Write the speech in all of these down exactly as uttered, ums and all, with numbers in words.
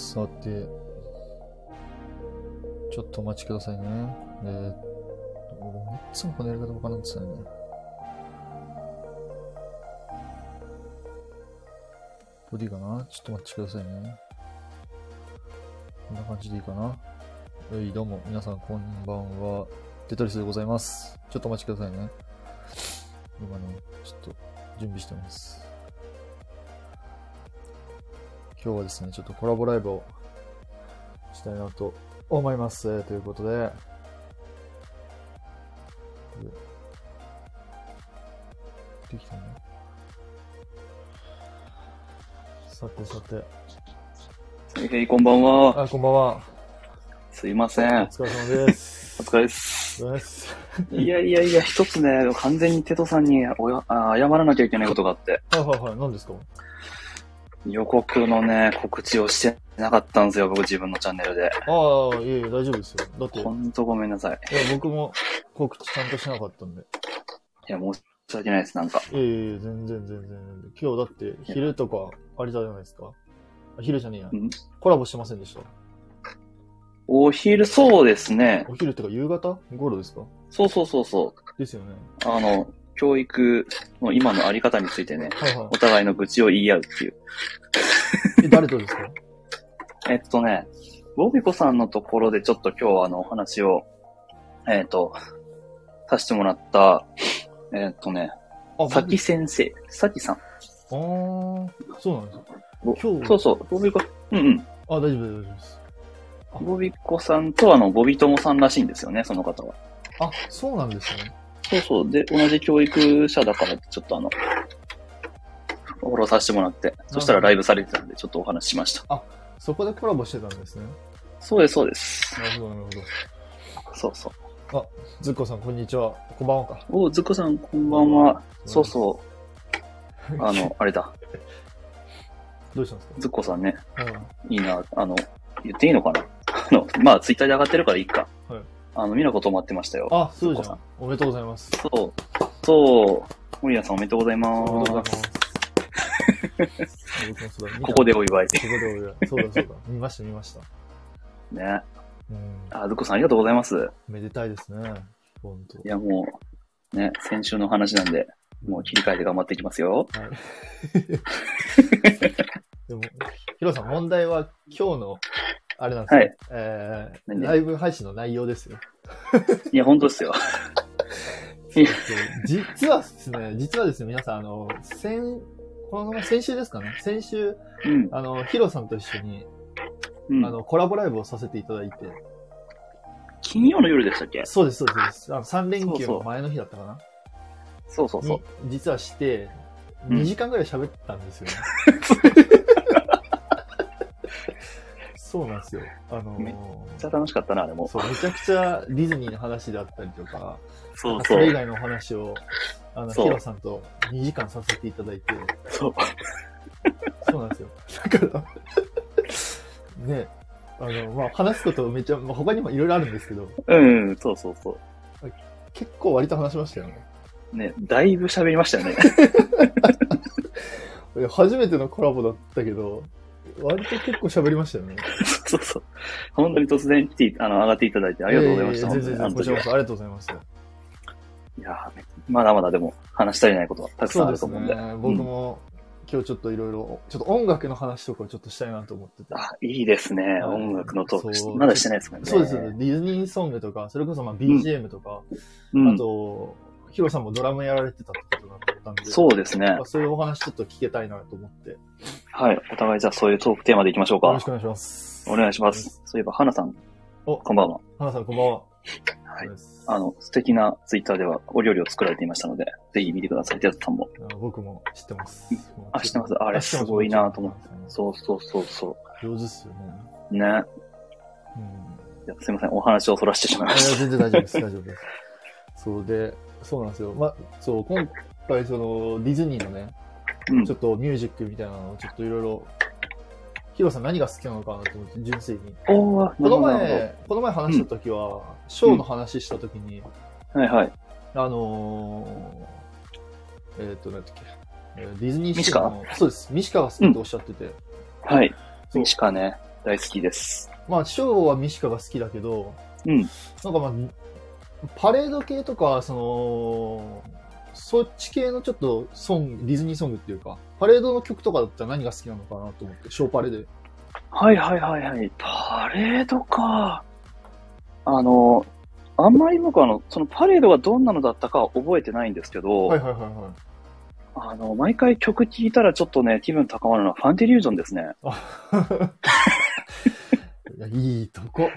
さて、ちょっとお待ちくださいね。えー、っと、いつもこのやり方わからんですよね。ボディかな？ちょっとお待ちくださいね。こんな感じでいいかな。はい、どうも、皆さんこんばんは。テトリスでございます。ちょっとお待ちくださいね。今ね、ちょっと準備してます。今日はですね、ちょっとコラボライブをしたいなと思います。ということで、できたね。さてさて。 へい、こんばんは。 あ、こんばんは。 すいません。 お疲れ様です。 お疲れです。 お疲れです。 いやいやいや、一つね、完全にテトさんにおやあ謝らなきゃいけないことがあって。 はいはいはい、何ですか？ 予告のね、告知をしてなかったんですよ、僕自分のチャンネルで。 ああ、いえいえ、大丈夫ですよ。だって。 ほんとごめんなさい。 いや、僕も告知ちゃんとしなかったんで。 いや、申し訳ないです、なんか。 いえいえ、全然全然全然。今日だって昼とか、あれじゃないですか。昼じゃねえや。コラボしてませんでした？ お昼、そうですね。 お昼ってか夕方頃ですか？ そうそうそうそう。 ですよね。 あの、教育の今のあり方についてね、 はいはい、 お互いの愚痴を言い合うっていう。 え、誰とですか？ えっとね、ボビコさんのところでちょっと今日はあのお話を、えっと、させてもらった、えっとね、さき先生、さきさん。ああ、そうなんですか。 今日。そうそう、ボビコ、うんうん。 あ、大丈夫大丈夫です。 ボビコさんとあの、ボビトモさんらしいんですよね、その方は。 あ、そうなんですね。 そうそう。で、同じ教育者だから、ちょっとあの、フォローさせてもらって、そしたらライブされてたんで、ちょっとお話ししました。 あ、そこでコラボしてたんですね。 そうです、そうです。 なるほど、なるほど。 そうそう。 あ、ズッコさん、こんにちは。こんばんはか。 お、ズッコさん、こんばんは。そうそう。あの、あれだ。 どうしたんですか？ ズッコさんね。 うん、 いいな、あの、言っていいのかなあの、まあ、ツイッターで上がってるからいいか。 はい。 あの、ミナコ泊まってましたよ。 あ、そうじゃん。おめでとうございます。 そう。そう。森谷さんおめでとうございます。 おめでとうございます。 ここでお祝い。こここでお祝い。そうだそうだ。見ました見ました。 ね。 うん。 あ、ズッコさんありがとうございます。 めでたいですね。ほんと。 いや、もう、ね、先週の話なんで、もう切り替えて頑張っていきますよ。はい。 でも、ヒロさん、問題は今日の、あれなんですよ。はい。えー、ライブ配信の内容ですよ。 いや、ほんとですよ。 実はですね、実はですね、皆さん、あの、先、この先週ですかね、先週、うん、あの、ヒロさんと一緒に、うん、あの、コラボライブをさせていただいて。 金曜の夜でしたっけ？ そうです、そうです。あのさん連休の前の日だったかな。 そうそうそう。 実はして、にじかんぐらい喋ったんですよね。そうなんですよ。あのー、 めっちゃ楽しかったな、あれも。 そう、めちゃくちゃディズニーの話だったりとか、 そうそう。 それ以外のお話を、あの、ヒロさんとにじかんさせていただいて。 そう。 そうなんですよ。だから、ね、あの、まあ、話すことめっちゃ、まあ、他にもいろいろあるんですけど。 うん、そうそうそう。 結構割と話しましたよね。 ね、だいぶ喋りましたよね。 初めてのコラボだったけど、割と結構喋りましたよね。 そうそう。本当に突然来て、あの、上がっていただいてありがとうございました。 全然全然、こちらこそありがとうございます。 いやまだまだでも話し足りないことはたくさんあると思うんで。 そうですね。僕も、うん、今日ちょっといろいろ、ちょっと音楽の話とかをちょっとしたいなと思ってて。 あ、いいですね。はい、音楽のトーク。まだしてないですもんね。 そうです。ディズニーソングとか、それこそまあ ビージーエム とか、うん、あと、ヒロさんもドラムやられてたってことだったんで。 そうですね。 そういうお話ちょっと聞けたいなと思って。 はい。お互いじゃあそういうトークテーマでいきましょうか。 よろしくお願いします。 お願いします。そういえば、花さん。お、こんばんは。 花さん、こんばんは。 はい。あの、素敵なツイッターではお料理を作られていましたので、ぜひ見てください。テツさんも。 僕も知ってます。 あ、知ってます。あれすごいなと思って。そうそうそうそう。 上手っすよね。 ね。うん。いやすいません。お話をそらしてしまいました。 全然大丈夫です。大丈夫です。そうで、そうなんですよ。ま、そう、今回そのディズニーのね、うん、ちょっとミュージックみたいなのをちょっといろいろ、ヒロさん何が好きなのかなと思って、純粋に。 おー、 この前、この前話したときは、うん、ショーの話したときに、 うん、はいはい。 あのー、えっ、ー、と、なんだっけ、ディズニーシーの、そうです、ミシカが好きっておっしゃってて。 うん、はい。ミシカね。 大好きです。 まあ、ショーはミシカが好きだけど、 うん。 なんかまあ、パレード系とか、その、そっち系のちょっとソング、ディズニーソングっていうか、パレードの曲とかだったら何が好きなのかなと思って、ショーパレで。 はいはいはいはい。パレードか。あの、あんまり僕あの、そのパレードがどんなのだったかは覚えてないんですけど、 はいはいはいはい。 あの、毎回曲聴いたらちょっとね、気分高まるのはファンティリュージョンですね。 いや、いいとこ。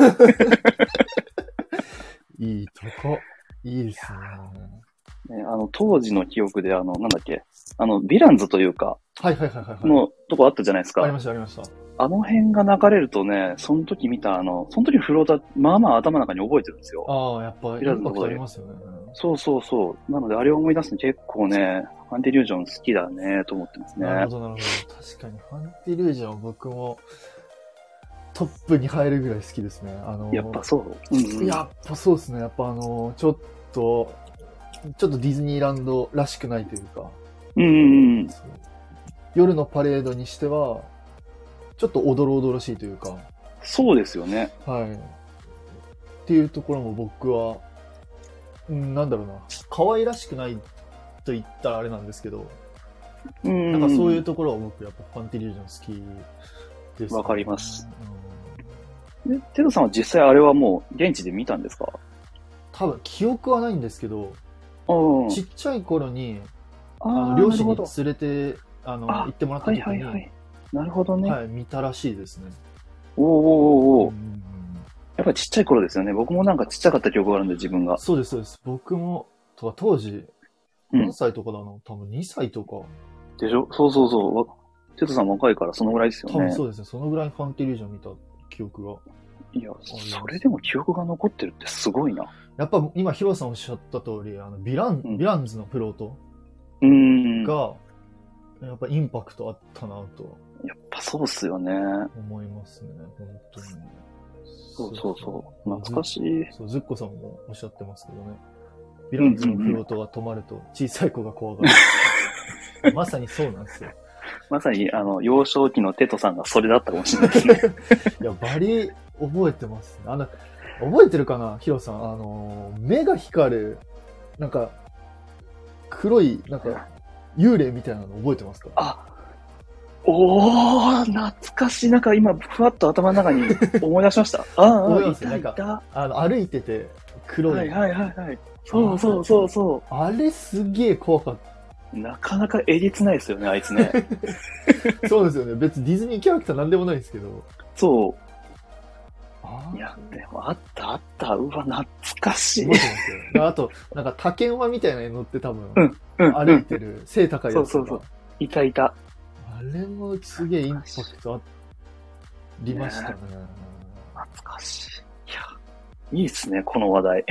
いいとこ。いいですね。ね、あの、当時の記憶で、あの、なんだっけ、あの、ヴィランズというか、 はいはいはいはい、はい。 のとこあったじゃないですか。 ありましたありました。 あの辺が流れるとね、その時見た、あの、その時のフローター、まあまあ頭の中に覚えてるんですよ。 ああ、やっぱ、インパクトありますよね。 そうそうそう。なので、あれを思い出すの結構ね、ファンティリュージョン好きだね、と思ってますね。 なるほど、なるほど。確かに、ファンティリュージョンは僕もトップに入るぐらい好きですね。あの、 やっぱそう、うんうん、 やっぱそうですね。やっぱあの、ちょっと、ちょっとディズニーランドらしくないというか。 うんうんうん。 夜のパレードにしては、ちょっとおどろおどろしいというか。 そうですよね。 はい。っていうところも僕は、うん、なんだろうな。可愛らしくないと言ったらあれなんですけど、 うん。 なんかそういうところは僕やっぱファンティリュージョン好きです、ね。 わかります。 うん、 で、テドさんは実際あれはもう現地で見たんですか？ 多分記憶はないんですけど、 うん、 ちっちゃい頃に、 あの両親に連れてあの行ってもらった時に、 はいはいはい、なるほどね。 はい、見たらしいですね。 おーおーおーおー、 うん、 やっぱちっちゃい頃ですよね。僕もなんかちっちゃかった記憶があるんで、自分が。 そうです、そうです。僕も、とか当時、何歳とかだな、うん、多分にさいとか。 でしょ？そうそうそう。テトさん若いからそのぐらいですよね。 多分そうですね。そのぐらいファンティリュージョン見た記憶が。 いや、それでも記憶が残ってるってすごいな。 やっぱ今、ヒロさんおっしゃった通り、あの、ヴィラン、ヴィランズのプロートが、やっぱインパクトあったなと。 やっぱそうっすよね。 思いますね、本当に。 そうそうそう。懐かしい。 そう、ズッコさんもおっしゃってますけどね。ヴィランズのフロートが止まると小さい子が怖がる。まさにそうなんですよ。 まさに、あの、幼少期のテトさんがそれだったかもしれないですね。 いや、バリ覚えてますね。あの、覚えてるかなヒロさん。あの、目が光る、なんか、黒い、なんか、幽霊みたいなの覚えてますか？ あ、おー、懐かしい。なんか今、ふわっと頭の中に思い出しました。ああ、いたいた。 あの、歩いてて、黒い。 はいはいはいはい。そうそうそうそう。 あれすげえ怖かった。 なかなかえげつないですよね、あいつね。 そうですよね。別にディズニーキャラクターなんでもないですけど。 そう。いや、でもあったあった。うわ、懐かしい。 覚えてますよ。あと、なんか竹馬みたいなの乗って多分、うんうん、歩いてる、背高いやつとか。そうそうそう。 いたいた。 あれもすげえインパクトありましたね。ね、 懐かしい。いや、いいっすね、この話題。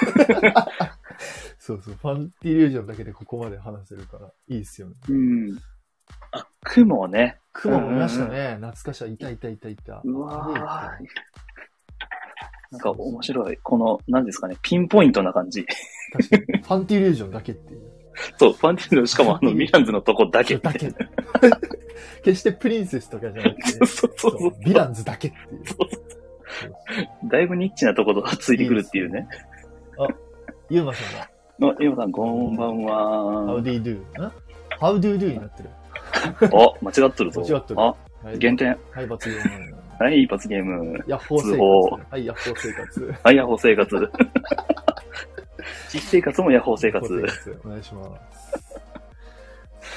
そうそう、ファンティリュージョンだけでここまで話せるから、いいっすよね。 うん。あ、雲ね。 雲もいましたね。懐かしい。いたいたいたいた。 うわー。なんか面白い。この、何ですかね、ピンポイントな感じ。 確かに。ファンティリュージョンだけっていう。 そう、ファンティリュージョン、しかもあの、ミランズのとこだけ。 だけ。決してプリンセスとかじゃなくて、 そうそうそう。 ヴィランズだけっていう。そうそうそうだいぶニッチなところがついてくるっていうね。 あ、ユーマさんだ。 あ、ユーマさん、こんばんは。 How do you do? ん ?How do you do になってる。 あ、間違ってるぞ。 間違ってる。 あ、減点。 はい、罰ゲーム。 はい、罰ゲーム。 ヤッホー生活。はい、ヤッホー生活。 はい、ヤッホー生活。実生活もヤッホー生活。 お願いします。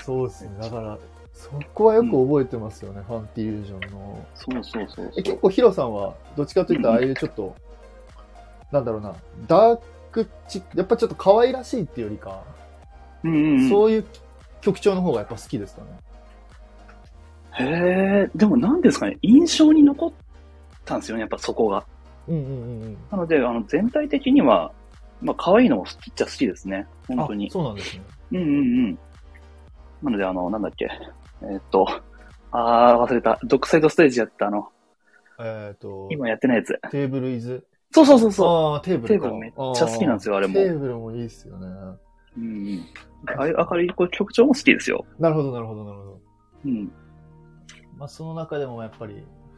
そうですね。だから、そこはよく覚えてますよね、うん、ファンティリュージョンの。 そうそうそうそう。 え、結構ヒロさんは、どっちかというと、ああいうちょっと、うん、なんだろうな、ダークチやっぱちょっと可愛らしいっていうよりか、 うんうんうん、 そういう曲調の方がやっぱ好きですかね。 へえ、でも何ですかね、印象に残ったんですよね、やっぱそこが。 うんうんうんうん。なので、あの、全体的には、まあ、可愛いのも好きっちゃ好きですね。本当に。 そうなんですね。 うんうんうん。なので、あの、なんだっけ。えー、っと、あー、忘れた。ドックサイドステージやったあの、 えー、っと、 今やってないやつ。 テーブルイズ。 そうそうそうそう。 ああ、テーブル。 テーブルめっちゃ好きなんですよ、あれも。 テーブルもいいっすよね。 うん。ああいう明るい曲調も好きですよ。 なるほど、なるほど、なるほど。 うん。 まあ、その中でもやっぱり、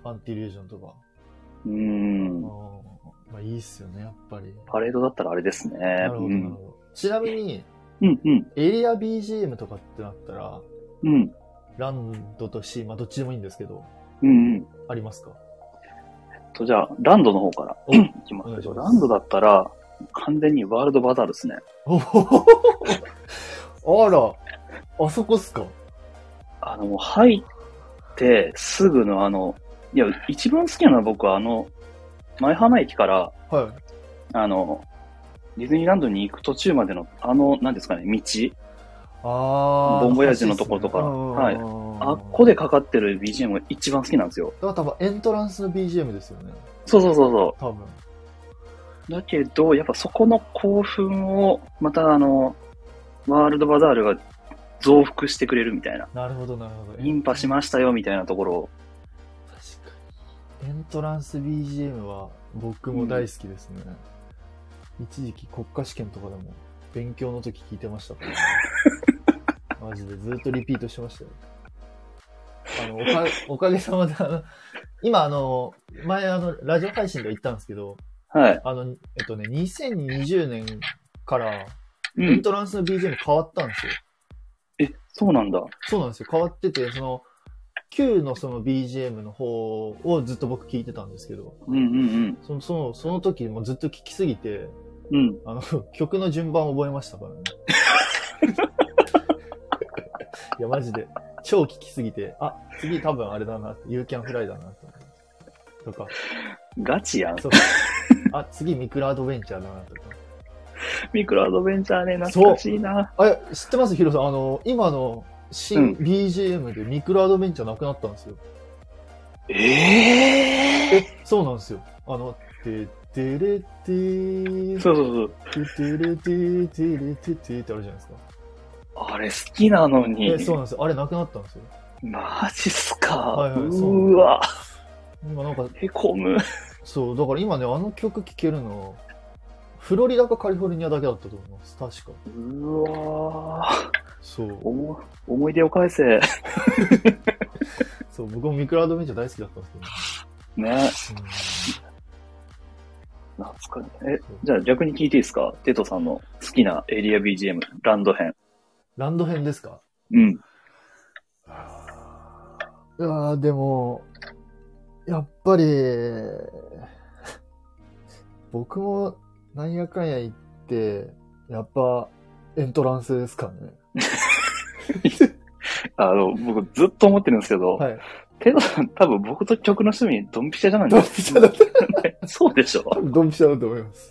アンティリュージョンとか。 うーん。 まあいいっすよね、やっぱり。 パレードだったらあれですね。 なるほど、なるほど。ちなみに、 うんうん。 エリア ビージーエム とかってなったら、 うん。 ランドとシー、まあどっちでもいいんですけど、 うんうん。 ありますか？ えっと、じゃあ、ランドの方からいきますけど、ランドだったら、完全にワールドバザールですね。 おほあら、あそこっすか？ あの、入ってすぐのあの、いや、一番好きなのは僕はあの、前浜駅から、 はい。 あの、ディズニーランドに行く途中までの、あの、何ですかね、道あボンボヤージュのところとか、はい。あっこでかかってる ビージーエム が一番好きなんですよ。 だから多分エントランスの ビージーエム ですよね。 そうそうそうそう。 多分。 だけど、やっぱそこの興奮を、またあの、ワールドバザールが増幅してくれるみたいな。 なるほど、なるほど。 インパしましたよ、みたいなところを。 確かに。エントランス ビージーエム は僕も大好きですね。うん、一時期国家試験とかでも勉強の時聞いてましたから、ね。マジでずっとリピートしてましたよ。あの、おか、おかげさまであの、今あの、前あの、ラジオ配信で言ったんですけど、 はい。 あの、えっとね、にせんにじゅうねんから、エントランスの ビージーエム 変わったんですよ。 え、そうなんだ。 そうなんですよ。変わってて、その、Q のその ビージーエム の方をずっと僕聞いてたんですけど、 うんうんうん。 その、その、その時もずっと聞きすぎて、 うん。 あの、曲の順番覚えましたからね。いや、マジで、超聞きすぎて、あ、次多分あれだな、ユーキャンフライだな、と思って。とか。 ガチやん。 そう。あ、次ミクロアドベンチャーだな、とか。 ミクロアドベンチャーね、懐かしいな。 あれ、知ってますヒロさん。あの、今の新 ビージーエム でミクロアドベンチャーなくなったんですよ。 ええー、 え、そうなんですよ。あの、ててれてー。 そうそうそう。 ててれてー、てれててーってあるじゃないですか。 あれ好きなのに。 え、そうなんですよ。あれなくなったんですよ。 マジっすか。 はいはい、 うーわ。 今なんか、 へこむ。 そう、だから今ね、あの曲聴けるの、フロリダかカリフォルニアだけだったと思います。確か。 うわー。 そう。 思、思い出を返せ。 そう、僕もミクロアドベンチャー大好きだったんですけどね。 ね。うん、懐かしい。え、じゃあ逆に聞いていいですか？テトさんの好きなエリア ビージーエム、ランド編。 ランド編ですか？ うん。 いやー、でも、やっぱり、僕もなんやかんや言って、やっぱエントランスですかね。あの、僕ずっと思ってるんですけど、はい、テトさん多分僕と曲の趣味ドンピシャじゃないですか。ドンピシャだった。 そうでしょ？ ドンピシャだと思います。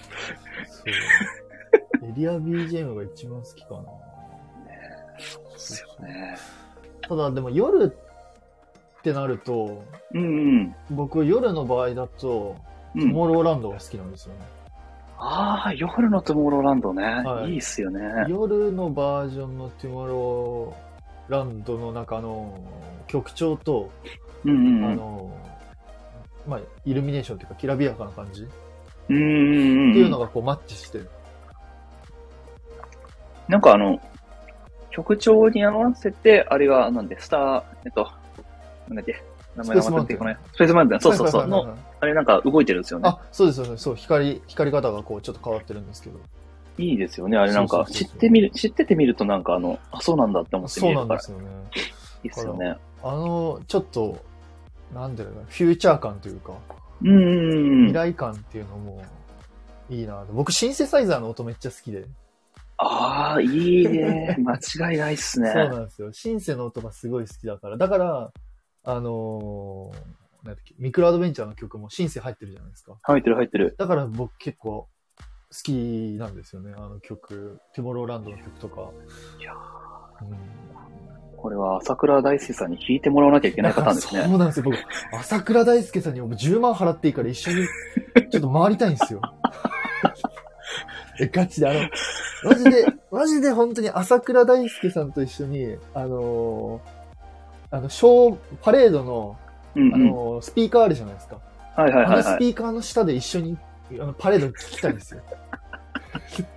そう。エリア ビージーエム が一番好きかな。 そうですよね。 ただでも夜ってなると、 うんうん、 僕夜の場合だと、トゥモローランドが好きなんですよね。 うん、ああ、夜のトゥモローランドね。はい、いいっすよね。 夜のバージョンのトゥモローランドの中の曲調と、 うんうん、 あの、まあ、イルミネーションというかきらびやかな感じ、 うんうんうん、 っていうのがこうマッチしてる。 なんかあの、曲調に合わせて、あれが、なんで、スター、えっと、なんだっけ、名前が忘れてこない。スペースマウンテン。そうそうそう。の、あれなんか動いてるんですよね。 あ、そうですよね。そう、光、光り方がこう、ちょっと変わってるんですけど。 いいですよね。あれなんか、知ってみる、知っててみるとなんかあの、あ、そうなんだって思って見れるから。 そうなんですよね。 いいですよね。 あの、ちょっと、なんだろうな、フューチャー感というか、 うん。 未来感っていうのも、いいな。僕、シンセサイザーの音めっちゃ好きで。 ああ、いいね。間違いないっすね。 そうなんですよ。シンセの音がすごい好きだから。だから、あのー、なんだっけ、ミクロアドベンチャーの曲もシンセ入ってるじゃないですか。 入ってる入ってる。 だから僕結構好きなんですよね。あの曲、トゥモローランドの曲とか。 いやー、うん、これは朝倉大輔さんに弾いてもらわなきゃいけないパターンですね。 そうなんですよ。僕、朝倉大輔さんにもじゅうまん払っていいから一緒にちょっと回りたいんですよ。え、ガチで、あの、マジで、マジで本当に朝倉大輔さんと一緒に、あのー、あの、ショー、パレードの、うんうん、あのー、スピーカーあるじゃないですか。 はいはいはい、はい。 あのスピーカーの下で一緒に、あの、パレード聞きたいんですよ。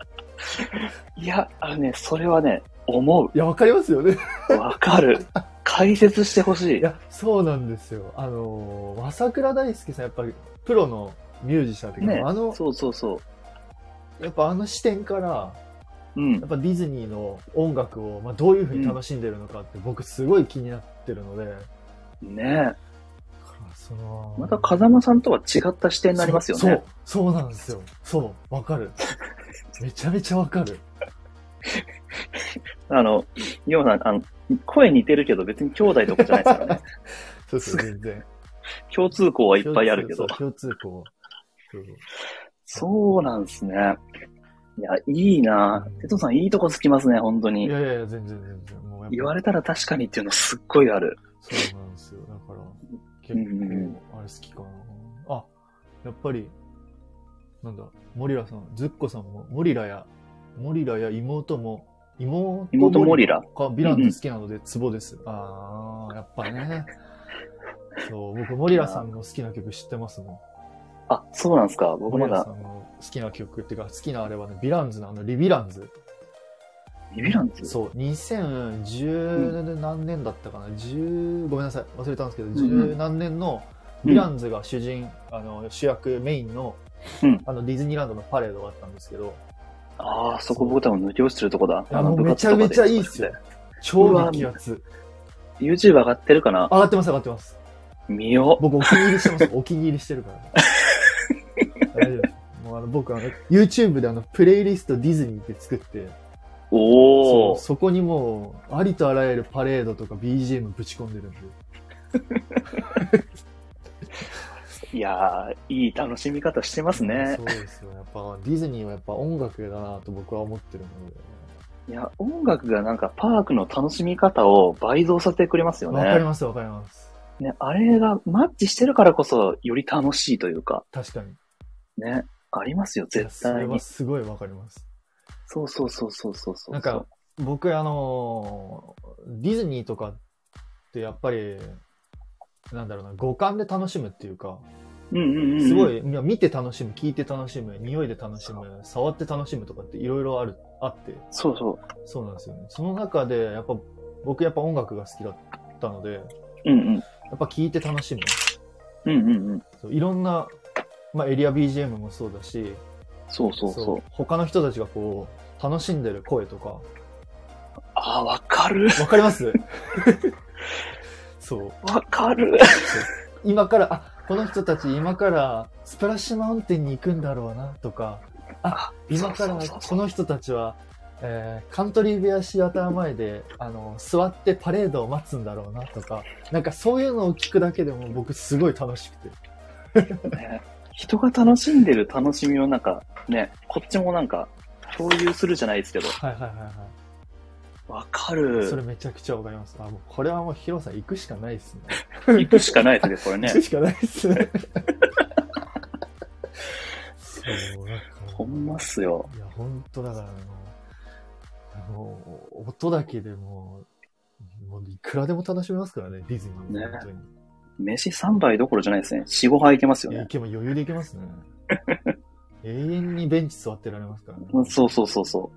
いや、あのね、それはね、思う。 いや、わかりますよね。 わかる。 解説してほしい。 いや、そうなんですよ。あのー、朝倉大輔さん、やっぱりプロのミュージシャンっていうか、 ね、 あの、 そうそうそう。 やっぱあの視点から、 うん、 やっぱディズニーの音楽を、まあ、どういうふうに楽しんでるのかって僕すごい気になってるので。 ねそのまた風間さんとは違った視点になりますよね。 そう、そうなんですよ。そう、わかる。めちゃめちゃわかる。 あの、ヨウさん、あの、声似てるけど別に兄弟とかじゃないですからね。 そうそう、全然。 共通項はいっぱいあるけど。 共通項。 そうそうなんですね。いや、いいなぁ。テトさん、いいとこつきますね、本当に。 いやいやいや、全然全然。もうやっぱ言われたら確かにっていうのすっごいある。 そうなんですよ。だから、結構、あれ好きかな。あ、やっぱり、なんだ、モリラさん、ズッコさんも、モリラや、モリラや妹も、妹妹モリラか、ヴィランズ好きなので、ツボです。あー、やっぱね。そう、僕、モリラさんの好きな曲知ってますもん。 あ、そうなんですか。僕まだ。 モリラさんの好きな曲っていうか、好きなあれはね、ヴィランズのあの、リヴィランズ。 リヴィランズそう、にせんじゅう何年だったかな、うん、じゅうごめんなさい、忘れたんですけど、十、うん、何年のヴィランズが主人、うん、あの主役メインの、うん、あのディズニーランドのパレードがあったんですけど、 ああ、そこ僕多分抜き落ちてるとこだ。 いや、もうめちゃめちゃいいっすよ。超激アツ。 YouTube 上がってるかな？ 上がってます、上がってます。 見よう。 僕お気に入りしてます。お気に入りしてるから。大丈夫です。もうあの僕あの YouTube であのプレイリストディズニーって作って、 おー。 そ, そこにもうありとあらゆるパレードとか ビージーエム ぶち込んでるんで。 いやー、いい楽しみ方してますね。 そうですよ。やっぱディズニーはやっぱ音楽だなと僕は思ってるので。 いや、音楽がなんかパークの楽しみ方を倍増させてくれますよね。 わかります、わかります。 ね、あれがマッチしてるからこそより楽しいというか。 確かに。 ね、ありますよ、絶対に。それはすごいわかります。 そうそうそうそうそうそう。 なんか、僕あの、ディズニーとかってやっぱり、なんだろうな、五感で楽しむっていうか、 うんうんうんうん、 すごい、見て楽しむ、聞いて楽しむ、匂いで楽しむ、触って楽しむとかっていろいろある、あって。 そうそう。 そうなんですよね。その中で、やっぱ、僕やっぱ音楽が好きだったので、 うんうん。やっぱ聞いて楽しむ。 うんうんうん。 そういろんな、まあエリア ビージーエム もそうだし、 そうそうそう。そう他の人たちがこう、楽しんでる声とか。 ああ、わかる。 わかりますそう。 わかる。 今から、あ、この人たち今からスプラッシュマウンテンに行くんだろうなとか、あ、今からこの人たちは、えー、カントリーベアシアター前で、あの、座ってパレードを待つんだろうなとか、なんかそういうのを聞くだけでも僕すごい楽しくて。 ね、人が楽しんでる楽しみをなんか、ね、こっちもなんか共有するじゃないですけど。 はいはいはいはい。 わかる。 それめちゃくちゃわかります。あ、もうこれはもうヒロさん行くしかないですね。 行くしかないですね、これね。 行くしかないですね。そう、なんか。 ほんまっすよ。 いや、ほんとだからね、もう、音だけでもう、もういくらでも楽しめますからね、ディズニー。ね。本当に。 飯さんばいどころじゃないですね。よん、ごはいいけますよね。 いけば余裕でいけますね。永遠にベンチ座ってられますからね。 そうそうそうそう。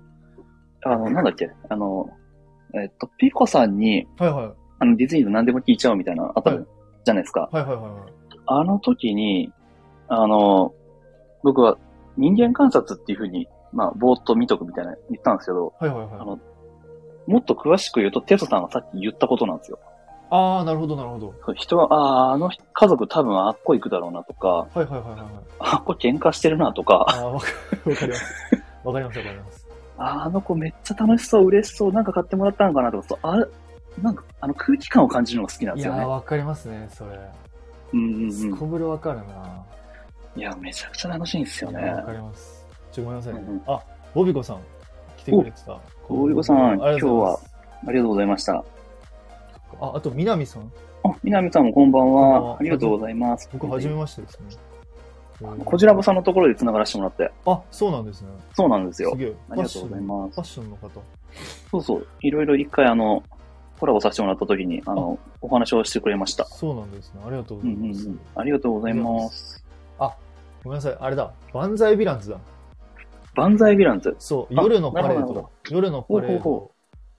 あの、なんだっけあの、えっと、ピコさんに、 はいはい。 あの、ディズニーの何でも聞いちゃおうみたいな、あったじゃないですか。 はいはいはいはい。 あの時に、あの、僕は人間観察っていう風に、まあ、ぼーっと見とくみたいな言ったんですけど、 はいはいはい。あの、もっと詳しく言うと、テソさんがさっき言ったことなんですよ。 ああ、なるほどなるほど。 人は、ああ、あの家族多分あっこ行くだろうなとか、 はいはいはいはい。 あっこ喧嘩してるなとか。 ああ、わかります。わかりますわかります。 あの子めっちゃ楽しそう、嬉しそう、なんか買ってもらったのかなとか、そうあれ、なんか、あの空気感を感じるのが好きなんですよね。 いやー、わかりますね、それ。 うんうんうん。 すこぶるわかるな。 いや、めちゃくちゃ楽しいんですよね。 わかります。ちょ、ごめんなさいね。うんうん、あ、ボビコさん、来てくれてた。 ボビコさん、今日は、ありがとうございました。 あ、あと、みなみさん。 あ、みなみさんもこんばんは。ありがとうございます。 僕、はじめましてですね。 こちらもさんのところで繋がらせてもらって。 あ、そうなんですね。 そうなんですよ。 すげえ。 ありがとうございます。 ファッションの方。 そうそう。いろいろ一回あの、コラボさせてもらった時に、あの、お話をしてくれました。 そうなんですね。ありがとうございます。うんうんうん、 ありがとうございます。 あ、ごめんなさい。あれだ。万歳ヴィランズだ。 万歳ヴィランズ。 そう。夜のパレード。夜のパレード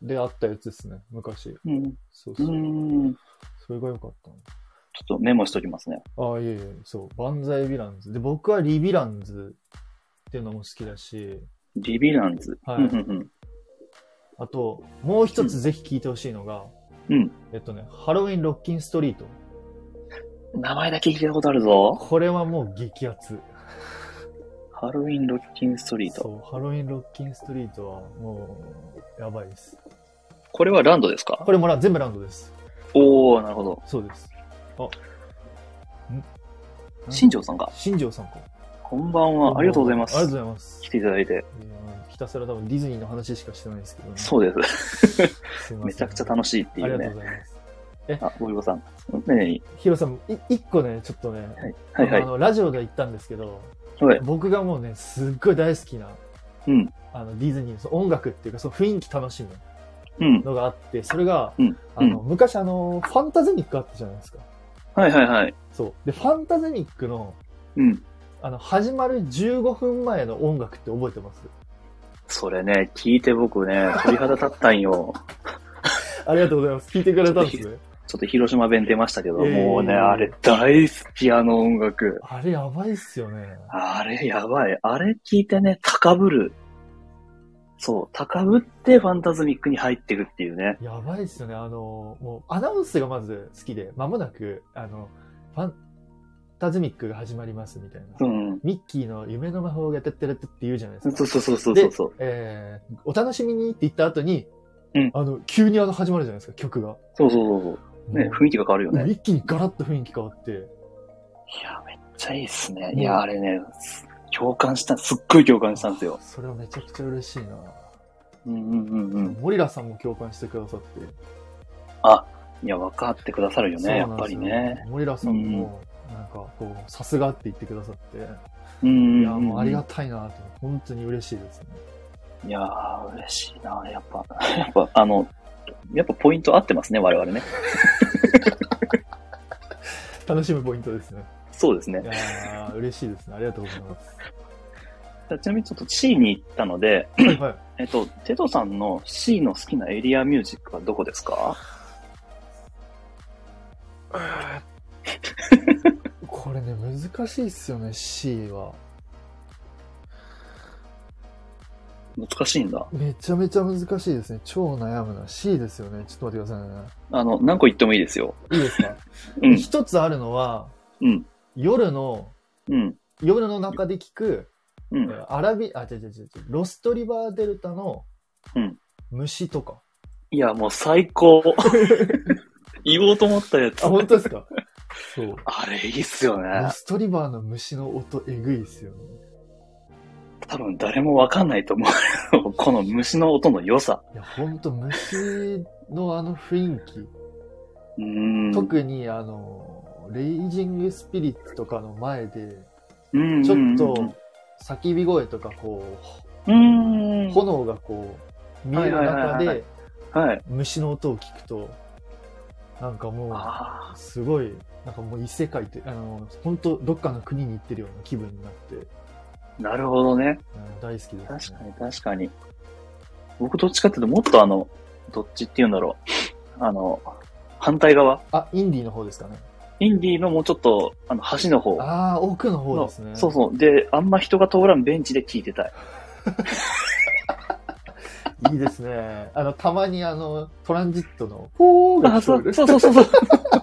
であったやつですね、昔。 うん。 そうそうう。 ん。 それが良かったの。 ちょっとメモしときますね。 ああ、いえいえ、そう。万歳ヴィランズ。で、僕はリヴィランズっていうのも好きだし、 リビランズ。 はいうんうんうん。 あと、もう一つぜひ聞いてほしいのが、 うん。 えっとね、ハロウィンロッキンストリート。 名前だけ聞いたことあるぞ。 これはもう激アツ。 ハロウィンロッキンストリート。 そう、ハロウィンロッキンストリートはもう、やばいです。 これはランドですか？ これもら全部ランドです。 おー、なるほど。 そうです。あ、ん新庄さんか。 新庄さんか。 こんばんは。ありがとうございます。 ありがとうございます。 来ていただいて。 いやひたすら多分ディズニーの話しかしてないですけどね。 そうです。 すいません。 めちゃくちゃ楽しいっていうね。 ありがとうございます。 あ、ボリボさん。ねねヒロさん、い一個ね、ちょっとね、 はいはいあの、ラジオで言ったんですけど、 はい。 僕がもうね、すっごい大好きな、 うん。 あの、ディズニーのその音楽っていうか、その雰囲気楽しむうん。 のがあって、それが、 うん。 あの、昔あの、ファンタズミックあったじゃないですか。 はいはいはい。 そう。で、ファンタズミックの、 うん。 あの、始まるじゅうごふんまえの音楽って覚えてます？ それね、聞いて僕ね、鳥肌立ったんよ。 ありがとうございます。聞いてくれたんですね。 ちょっと広島弁出ましたけど、 えーもうね、あれ大好き、あの音楽。 あれやばいっすよね。 あれやばい。あれ聞いてね、高ぶる。そう、高ぶってファンタズミックに入っていくっていうね。 やばいっすよね。あの、もう、アナウンスがまず好きで、間もなく、あの、ファンタズミックが始まりますみたいな。 うん。 ミッキーの夢の魔法がてってるって言うじゃないですか。 そうそうそうそうそうそう。 えー、お楽しみにって言った後に、 うんあの、急にあの始まるじゃないですか、曲が。 そうそうそうそう。ね、雰囲気が変わるよね。 一気にガラッと雰囲気変わって。 いや、めっちゃいいっすね。 うんいや、あれね、共感した、すっごい共感したんですよ。 それはめちゃくちゃ嬉しいな。 うんうんうんうん。 モリラさんも共感してくださって。 あ、いや、分かってくださるよね、やっぱそうなんですよりね。 モリラさんも、なんか、こう、さすがって言ってくださって。 うんうんうん。 いや、もうありがたいなと、本当に嬉しいですね。 いやー、嬉しいな。やっぱ、やっぱ、あの、やっぱポイント合ってますね、我々ね。 楽しむポイントですね。 そうですね。 いやー、嬉しいですね。ありがとうございます。 ちなみにちょっと C に行ったので、 はいはい。 えっと、テトさんの C の好きなエリアミュージックはどこですか？ これね、難しいっすよね、C は。 難しいんだ。 めちゃめちゃ難しいですね。超悩むな。C ですよね。ちょっと待ってくださいね。 あの、何個言ってもいいですよ。 いいですか？ うん。 一つあるのは、 うん。 夜の、 うん。 夜の中で聞く、 うん。 えーアラビ、あ、違う違う違う違う、ロストリバーデルタのうん。 虫とか。 いや、もう最高。言おうと思ったやつ。 あ、本当ですか？そう。 あれいいっすよロね。 ストリバーの虫の音、えぐいっすよね。 多分誰もわかんないと思う。この虫の音の良さ。 いや、ほんと虫のあの雰囲気。 うーん。 特にあの、レイジングスピリッツとかの前で、 うんちょっと叫び声とかこうーん。 う、炎がこう、見える中はいはいはいはいで、 はい。 虫の音を聞くと、なんかもあう、すごい、なんかもう異世界って、あの、本当どっかの国に行ってるような気分になって、 あ、なるほどね。 うん大好きです、ね。 確かに確かに。僕どっちかっていうともっとあの、どっちって言うんだろう。あの、反対側。 あ、インディーの方ですかね。 インディーのもうちょっと、あの、端の方の。 ああ、奥の方ですね。 そうそう。で、あんま人が通らんベンチで聞いてたい。 いいですね。あの、たまにあの、トランジットの、ポーがあ、そ聞こえる。 うそうそうそうそう。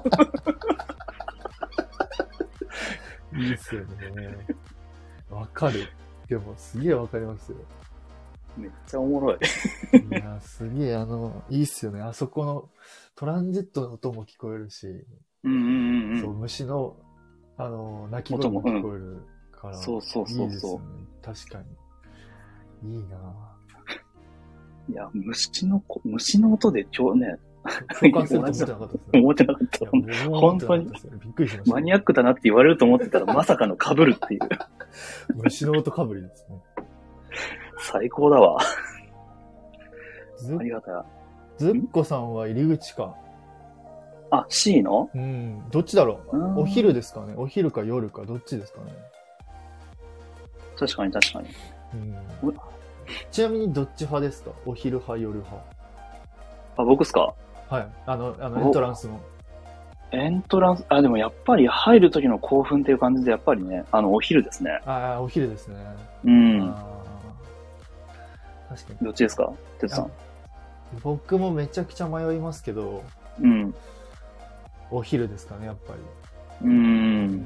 いいですよね。わかる。でも、すげえわかりますよ。 めっちゃおもろい。 いや、すげえ、あの、いいっすよね。あそこの、トランジットの音も聞こえるし、 うんうんうんそう、虫の、あの、鳴き声も聞こえるから、 そうそうそうそういいですよね。確かに。いいなぁ。 いや、虫のこ、虫の音で超ね、 共感すると思ってなかったですね。 思ってなかったいや。僕も思ってなかったですよね。びっくりしました。 マニアックだなって言われると思ってたら、まさかの被るっていう。 虫の音かぶりですね。 最高だわ。 ずありがたい。 ずっこさんは入り口か。 あ、C の？ うん。どっちだろう。 うんお昼ですかね。お昼か夜か、どっちですかね。 確かに確かに。 うんう。 ちなみにどっち派ですか？お昼派、夜派。 あ、僕っすか？ はい。あの、あの、エントランスの。 エントランス、あ、でもやっぱり入る時の興奮っていう感じで、やっぱりね、あの、お昼ですね。 ああ、お昼ですね。 うん。 あ確かに。 どっちですか、てつさん？ 僕もめちゃくちゃ迷いますけど、 うん。 お昼ですかね、やっぱり。 うーん。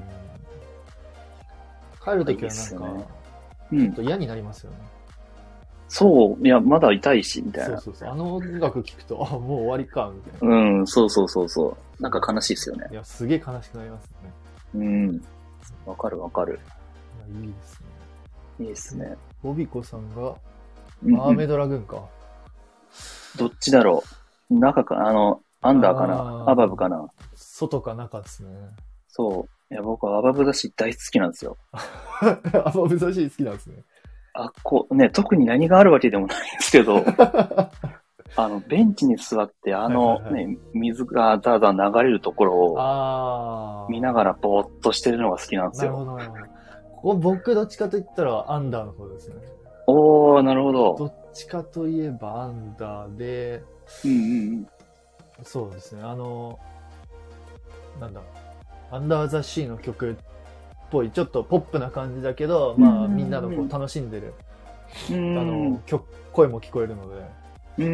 帰るときはなんか、 うん、 ちょっと嫌になりますよね。 そう、いや、まだ痛いし、みたいな。 そうそうそう。あの音楽聴くと、あ、もう終わりか、みたいな。 うん、そうそうそうそう。なんか悲しいですよね。 いや、すげえ悲しくなりますね。 うん。わかるわかる。 いや、いいですね。いいですね。 ボビコさんが、マーメドラグーンか。 うん、どっちだろう。中か、あの、アンダーかな、アバブかな。 外か中ですね。 そう。いや、僕はアバブだし大好きなんですよ。 アバブだし好きなんですね。 あ、こう、ね、特に何があるわけでもないんですけど、あの、ベンチに座って、あの、はいはいはい、ね、水がザーザー流れるところを、見ながらぼーっとしてるのが好きなんですよ。 なるほど、なるほど。ここ僕どっちかと言ったらアンダーの方ですね。 おー、なるほど。 どっちかといえばアンダーで、 うんうんうん。 そうですね、あの、なんだ、アンダーザシーの曲っぽい、ちょっとポップな感じだけど、まあみんなのこう楽しんでる、あの、曲、声も聞こえるので、うん。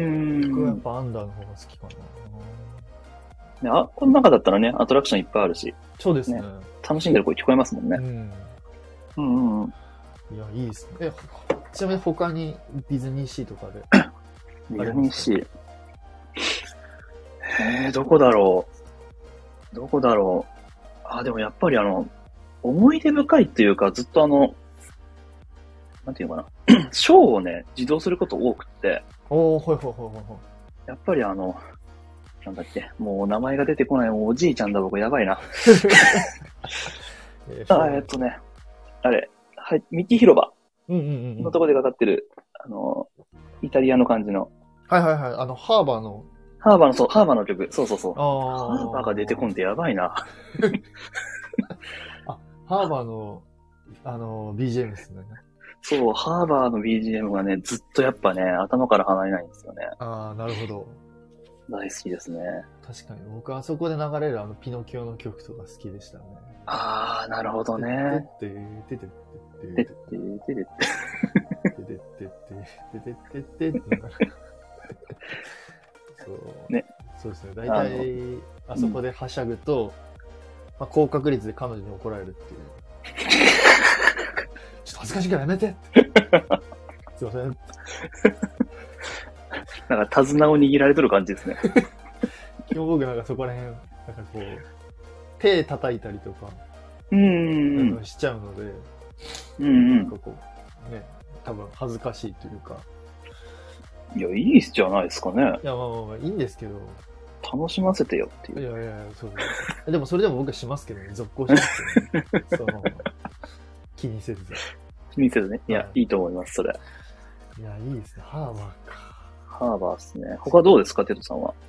僕はやっぱアンダーの方が好きかな。あ、この中だったらね、アトラクションいっぱいあるし。 そうですね。ね、 楽しんでる声聞こえますもんね。うん。うんうん。 いや、いいですね。え、ちなみに他にディズニーシーとかで。 ディズニーシー。えー、どこだろう。どこだろう。あ、でもやっぱりあの、思い出深いっていうか、ずっとあの、なんていうのかな。ショーをね、自動すること多くって。 おー、ほいほいほいほいほい。 やっぱりあの、なんだっけ、もう名前が出てこない、もうおじいちゃんだ、僕やばいな。えー、あえっとね、あれ、はい、ミッキー広場のとこでかかってる、あの、イタリアの感じの。 はいはいはい、あの、ハーバーの。 ハーバーの、そう、ハーバーの曲。そうそうそう。ハーバーが出てこんでやばいな。 あ、ハーバーの、あの、ビージーエム ですね。 そう、ハーバーの ビージーエム がね、ずっとやっぱね、頭から離れないんですよね。 ああ、なるほど。 大好きですね。 確かに、僕はあそこで流れるあの、ピノキオの曲とか好きでしたね。 ああ、なるほどね。 てってててててっててててててててててそうね。そうですね。大体、あそこではしゃぐと、まあ、高確率で彼女に怒られるっていう。ちょっと恥ずかしいからやめてすいません。 なんか手綱を握られとる感じですね。 基本僕なんかそこら辺、なんかこう、手叩いたりとか、 うん、 しちゃうので、 うんうん、 なんかこう、ね、多分恥ずかしいというか。 いや、いいじゃないですかね。 いや、まあまあまあ、いいんですけど。 楽しませてよっていう。 いやいやいや、そうです。でもそれでも僕はしますけどね、続行しますけどね。その、気にせず。 気にせずね。いや、はい、いいと思います、それ。 いや、いいですね。ハーバーか。 ハーバーですね。他どうですか、テトさんは。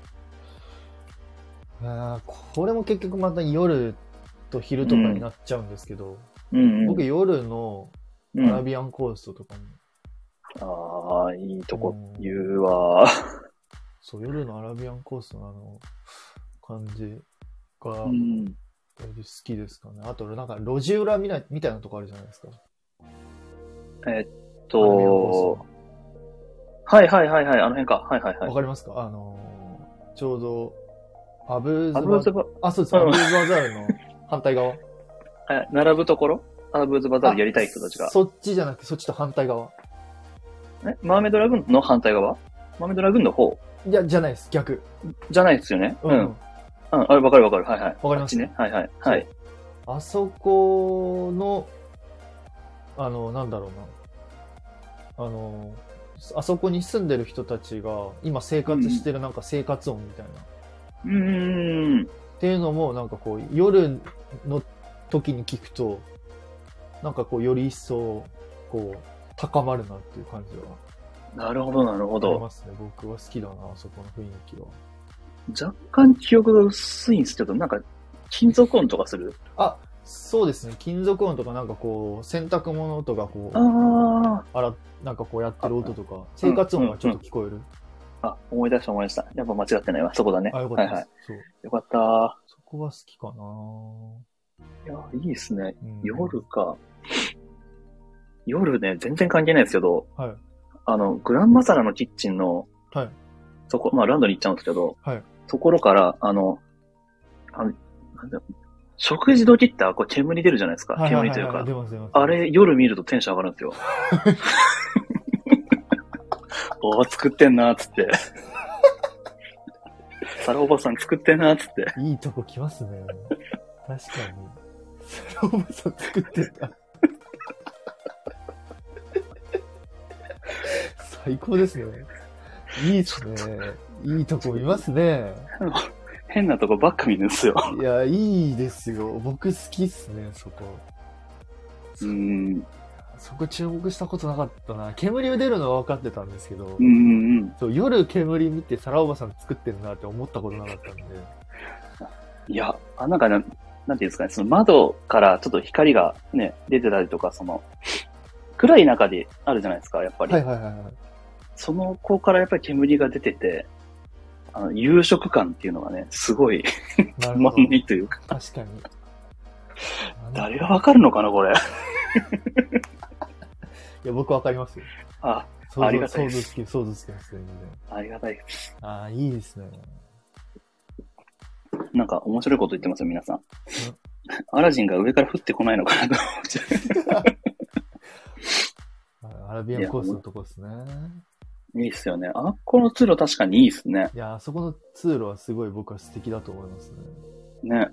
あこれも結局また夜と昼とかになっちゃうんですけど、 うんうんうん、 僕夜のアラビアンコーストとかに、 うん、ああ、いいとこ言うわ。 そう、夜のアラビアンコーストのあの感じが好きですかね。あと、なんか路地裏みたいなとこあるじゃないですか。 えっと、はいはいはいはい、あの辺か。はいはいはい。 わかりますか？あのー、ちょうど、アブーズバ、あ、そうです。アブーズバザールの反対側。 え、並ぶところ？アブーズバザールやりたい人たちが。 そっちじゃなくて、そっちと反対側。 え、マーメイドラグーンの反対側？マーメイドラグーンの方？ いや、じゃないです。逆。 じゃないですよね。うん。うん。あれ、わかるわかる。はいはい。わかりますね。はいはい。はい。 あそこの、あの、なんだろうな。あの、あそこに住んでる人たちが、今生活してるなんか生活音みたいな。 うーん。 っていうのも、なんかこう、夜の時に聞くと、なんかこう、より一層、こう、高まるなっていう感じは。 なるほど、なるほど。 ありますね。僕は好きだな、あそこの雰囲気は。 若干記憶が薄いんですけど、なんか、金属音とかする？ あ、そうですね。金属音とかなんかこう、洗濯物音がこう、 ああら、なんかこうやってる音とか、生活音がちょっと聞こえる。 あ、思い出した思い出した。やっぱ間違ってないわ。そこだね。 あ、よかったです。 はいはい。 そう。 よかったー。 そこは好きかな。 いや、いいですね。 うん、 夜か。夜ね、全然関係ないですけど、 はい。 あの、グランマサラのキッチンの、 はい。 そこ、まあランドに行っちゃうんですけど、 はい。 ところから、あの、あの、なんだ食事時ってこう煙出るじゃないですか。 はいはいはいはい、 煙というか。 出ます出ます。 あれ、夜見るとテンション上がるんですよ。おー、作ってんなーっつって。サラおばさん作ってんなーっつって。 いいとこ来ますね。確かに。サラおばさん作ってんだ。最高ですね。いいっすね。いいとこ見ますね。 変なとこばっか見るんですよ。 いや、いいですよ。僕好きっすね、そこ。 うーん。 そこ注目したことなかったな。煙出るのは分かってたんですけど、 うんうんうん。 そう夜煙見てサラおばさん作ってるなって思ったことなかったんで。 いや、あ、なんかな、なんていうんですかね、その窓からちょっと光がね、出てたりとか、その、暗い中であるじゃないですか、やっぱり。 はいはいはいはい。 その子からやっぱり煙が出てて、あの、夕食感っていうのがね、すごい、たまんないというか。 確かに。 誰がわかるのかな、これ。 いや、僕わかりますよ。 あ、 想像ありがたいです。 想像好き、想像好きです、全然。 ありがたいです。 ああ、いいですね。 なんか面白いこと言ってますよ、皆さん。アラジンが上から降ってこないのかなと思っちゃう。アラビアンコースのとこですね。 いいっすよね。あっこの通路確かにいいっすね。 いや、あそこの通路はすごい僕は素敵だと思いますね。 ね。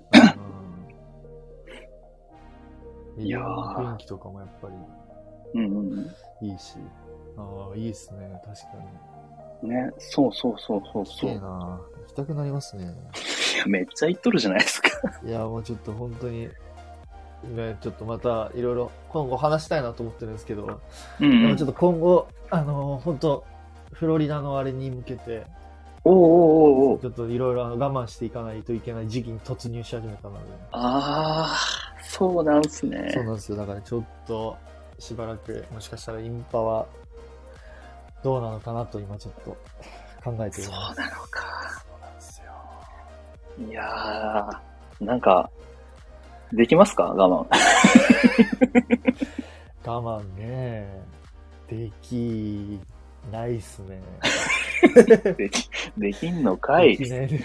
うん、いやー。雰囲気とかもやっぱり。 うんうんうん。 いいし。ああ、いいっすね。確かに。ね。そうそうそうそうそう。 いいな行きたくなりますね。 いや、めっちゃ行っとるじゃないですか。 いや、もうちょっと本当に、ね、ちょっとまたいろいろ今後話したいなと思ってるんですけど、うん、うん、でもちょっと今後、あのー、本当フロリダのあれに向けて、 おーおーおーおーちょっといろいろ我慢していかないといけない時期に突入し始めたので。 ああ、そうなんですね。 そうなんですよ。だからちょっと、しばらく、もしかしたらインパは、どうなのかなと今ちょっと考えています。 そうなのか。 そうなんですよ。 いやー、なんか、できますか我慢。 我慢ね。できないっすね。 でき、できんのかい。 できないね。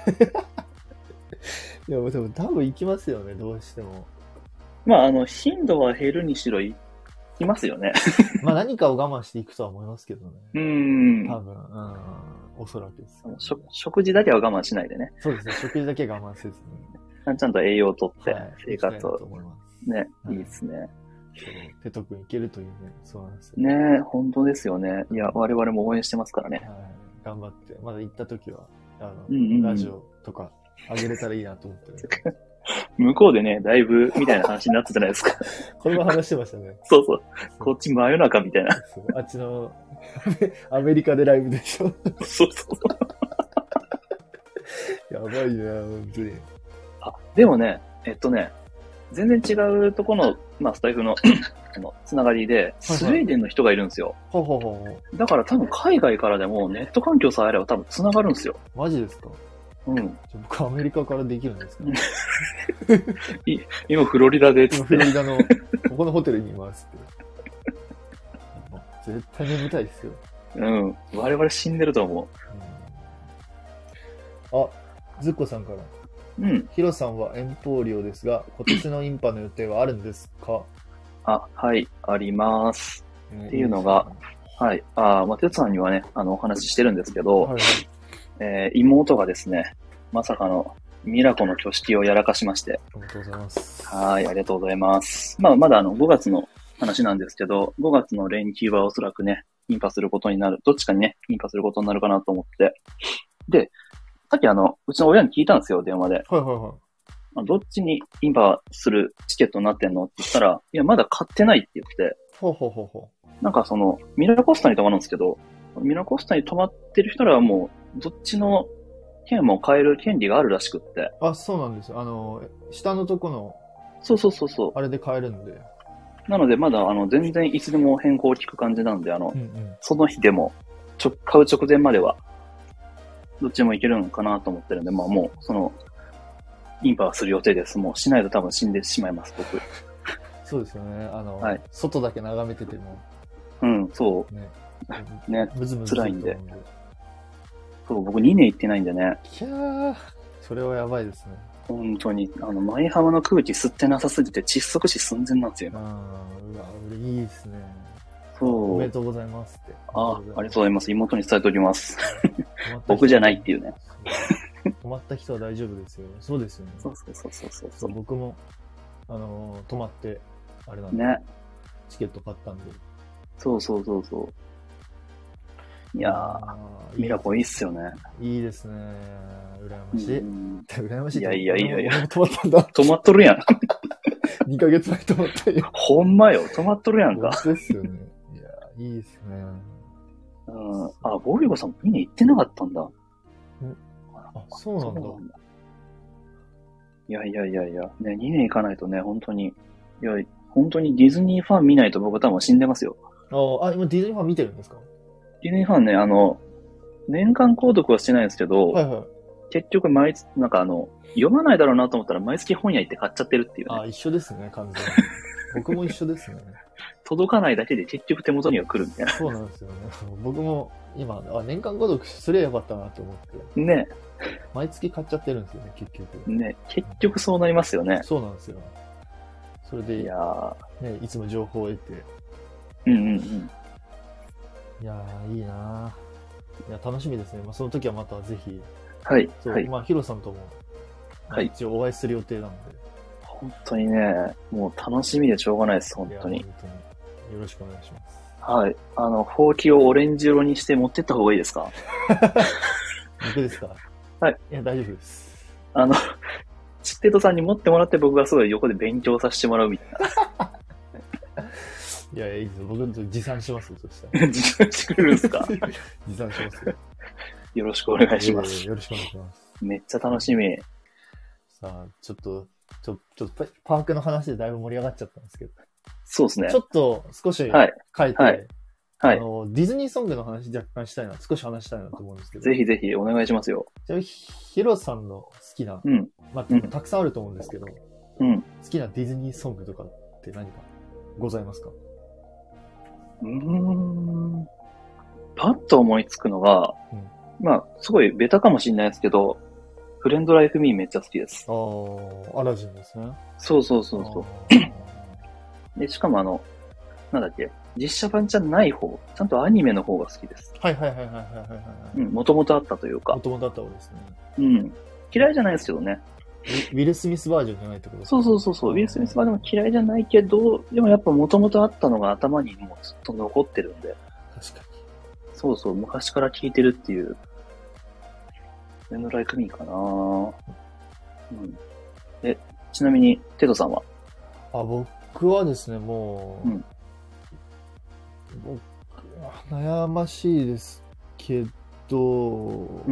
いや、でも多分行きますよね、どうしても。 まあ、あの、頻度は減るにしろ行きますよね。 まあ何かを我慢していくとは思いますけどね。 うーん。 多分、うん、おそらくです、ね。 食事だけは我慢しないでね。 そうですね、食事だけ我慢せずに。 ちゃんと栄養をとって生活を。 はい、と思います。 ね、 はい、 いいですね。 そう、手とくんいけるというね、そうなんですよ。 ねえ、本当ですよね。いや、我々も応援してますからね。 はい、頑張って、まだ行った時は、あの、 うんうんうん、 ラジオとか上げれたらいいなと思ってる。 向こうでね、ライブみたいな話になったじゃないですか。 これも話してましたね。 そうそう。こっち真夜中みたいな。 そうあっちのアメリカでライブでしょ。 そうそう。 やばいな、本当に。 あ、でもね、えっとね、全然違うところの、まあ、スタイフののつながりで、スウェーデンの人がいるんですよ。 ほうほうほうほう。 だから多分海外からでもネット環境さえあれば多分つながるんですよ。 マジですか？ うん。じゃ僕アメリカからできるんですか？ 今フロリダでつって。 今フロリダの、ここのホテルにいますって。絶対眠たいですよ。 うん。我々死んでると思う。うん、あ、ズッコさんから。 うん。 ヒロさんはエンポーリオですが、今年のインパの予定はあるんですか？ あ、はい、あります。っていうのが、はい。ああ、まあ、てつさんにはね、あの、お話ししてるんですけど、はいはい、えー、妹がですね、まさかのミラコの挙式をやらかしまして。 ありがとうございます。 はい、ありがとうございます。まあ、まだあの、ごがつの話なんですけど、ごがつの連休はおそらくね、インパすることになる、どっちかにね、インパすることになるかなと思って。で、さっきあの、うちの親に聞いたんですよ、電話で。 はいはいはい。 どっちにインパするチケットになってんのって言ったら、いや、まだ買ってないって言って。 ほうほうほうほう。なんかその、ミラコスタに泊まるんですけど、ミラコスタに泊まってる人らはもう、どっちの券も買える権利があるらしくって。 あ、そうなんですよ。あの、下のとこの、 そうそうそうそう。 あれで買えるんで。 なので、まだあの、全然いつでも変更を聞く感じなんで、あの、 うんうん、 その日でも、ちょ、買う直前まではどっちもいけるのかなと思ってるんで、まあもう、その、インパはする予定です。もうしないと多分死んでしまいます、僕。 そうですよね。あの、 はい、 外だけ眺めてても。 うん、そう。 ね。 ね。 むずむず辛いんで。そう、僕にねん行ってないんでね。 いやー、それはやばいですね。 本当に、あの、舞浜の空気吸ってなさすぎて窒息死寸前なんですよ。 ああ、うわ、俺いいですね。 そう。 おめでとうございますって。 ああ、ありがとうございます。妹に伝えておきます。僕じゃないっていうね。 泊まった人は大丈夫ですよ。そうですよね。 そうそうそうそうそう。 僕も、あのー、泊まって、あれなんで、 ね。 チケット買ったんで。 そうそうそうそう。いやー、ミラコいいっすよね。 いいですね。羨ましい。羨ましい。 いやいやいやいや。 泊まったんだ。 泊まっとるやん。 にかげつまえ泊まったよ。 ほんまよ、泊まっとるやんか。 そうですよね。いや、いいですね。 うん。あ、ボビゴさん、みんな行ってなかったんだ。んあ、そうなんだ。 いやいやいやいや、ね、にねん行かないとね、本当に、いや、本当にディズニーファン見ないと僕多分死んでますよ。 ああ、今ディズニーファン見てるんですか？ ディズニーファンね、あの、年間購読はしてないんですけど、 はいはい。 結局毎月、なんかあの、読まないだろうなと思ったら毎月本屋行って買っちゃってるっていう、ね。 あ、一緒ですね、完全に。僕も一緒ですね。 届かないだけで結局手元には来るみたいな。 そうなんですよね。僕も今、あ、年間購読すればよかったなと思って。 ね。 毎月買っちゃってるんですよね、結局。 ね、結局そうなりますよね。 そうなんですよ。それで、 いやね、いつも情報を得て。 うんうんうん。 いやー、いいなー。いや、楽しみですね。まあ、その時はまたぜひ。 はい。 そう、 はい、 まあ、ヒロさんとも、 はい。 一応お会いする予定なので。 本当にね、もう楽しみでしょうがないです、本当に。 本当に。よろしくお願いします。 はい。あの、ほうきをオレンジ色にして持ってった方がいいですか？ 僕ですか？はい。いや、大丈夫です。 あの、チッテトさんに持ってもらって僕がすごい横で勉強させてもらうみたいな。 いやいや、いいですよ。僕持参しますよ、そしたら。 持参してくれるんですか？ 持参しますよ。 よろしくお願いします。 よろしくお願いします。 めっちゃ楽しみ。 さあ、ちょっと、ちょ、ちょっとパークの話でだいぶ盛り上がっちゃったんですけど。 そうですね。 ちょっと少し変えて、 はい。はい。はい、 あの、ディズニーソングの話若干したいな、少し話したいなと思うんですけど。 ぜひぜひお願いしますよ。 じゃあ、ヒロさんの好きな、 うん。 まあ、たくさんあると思うんですけど、 うん。 好きなディズニーソングとかって何かございますか？ うーん。パッと思いつくのが、うん、まあ、すごいベタかもしれないですけど、フレンドライフミーめっちゃ好きです。 ああ、アラジンですね。 そうそうそうそう。で、しかもあの、なんだっけ、実写版じゃない方、ちゃんとアニメの方が好きです。 はいはいはいはいはいはい、はい。 うん、もともとあったというか。 もともとあった方ですね。 うん。嫌いじゃないですけどね。 ウィル・スミスバージョンじゃないってことですか？ そうそうそうそう。ウィル・スミスバージョンも嫌いじゃないけど、でもやっぱもともとあったのが頭にもうずっと残ってるんで。 確かに。 そうそう、昔から聴いてるっていう。フレンドライフミーかな。うん。え、ちなみに、テトさんは？ あ、僕はですね、もう、うん、僕悩ましいですけど、 うん。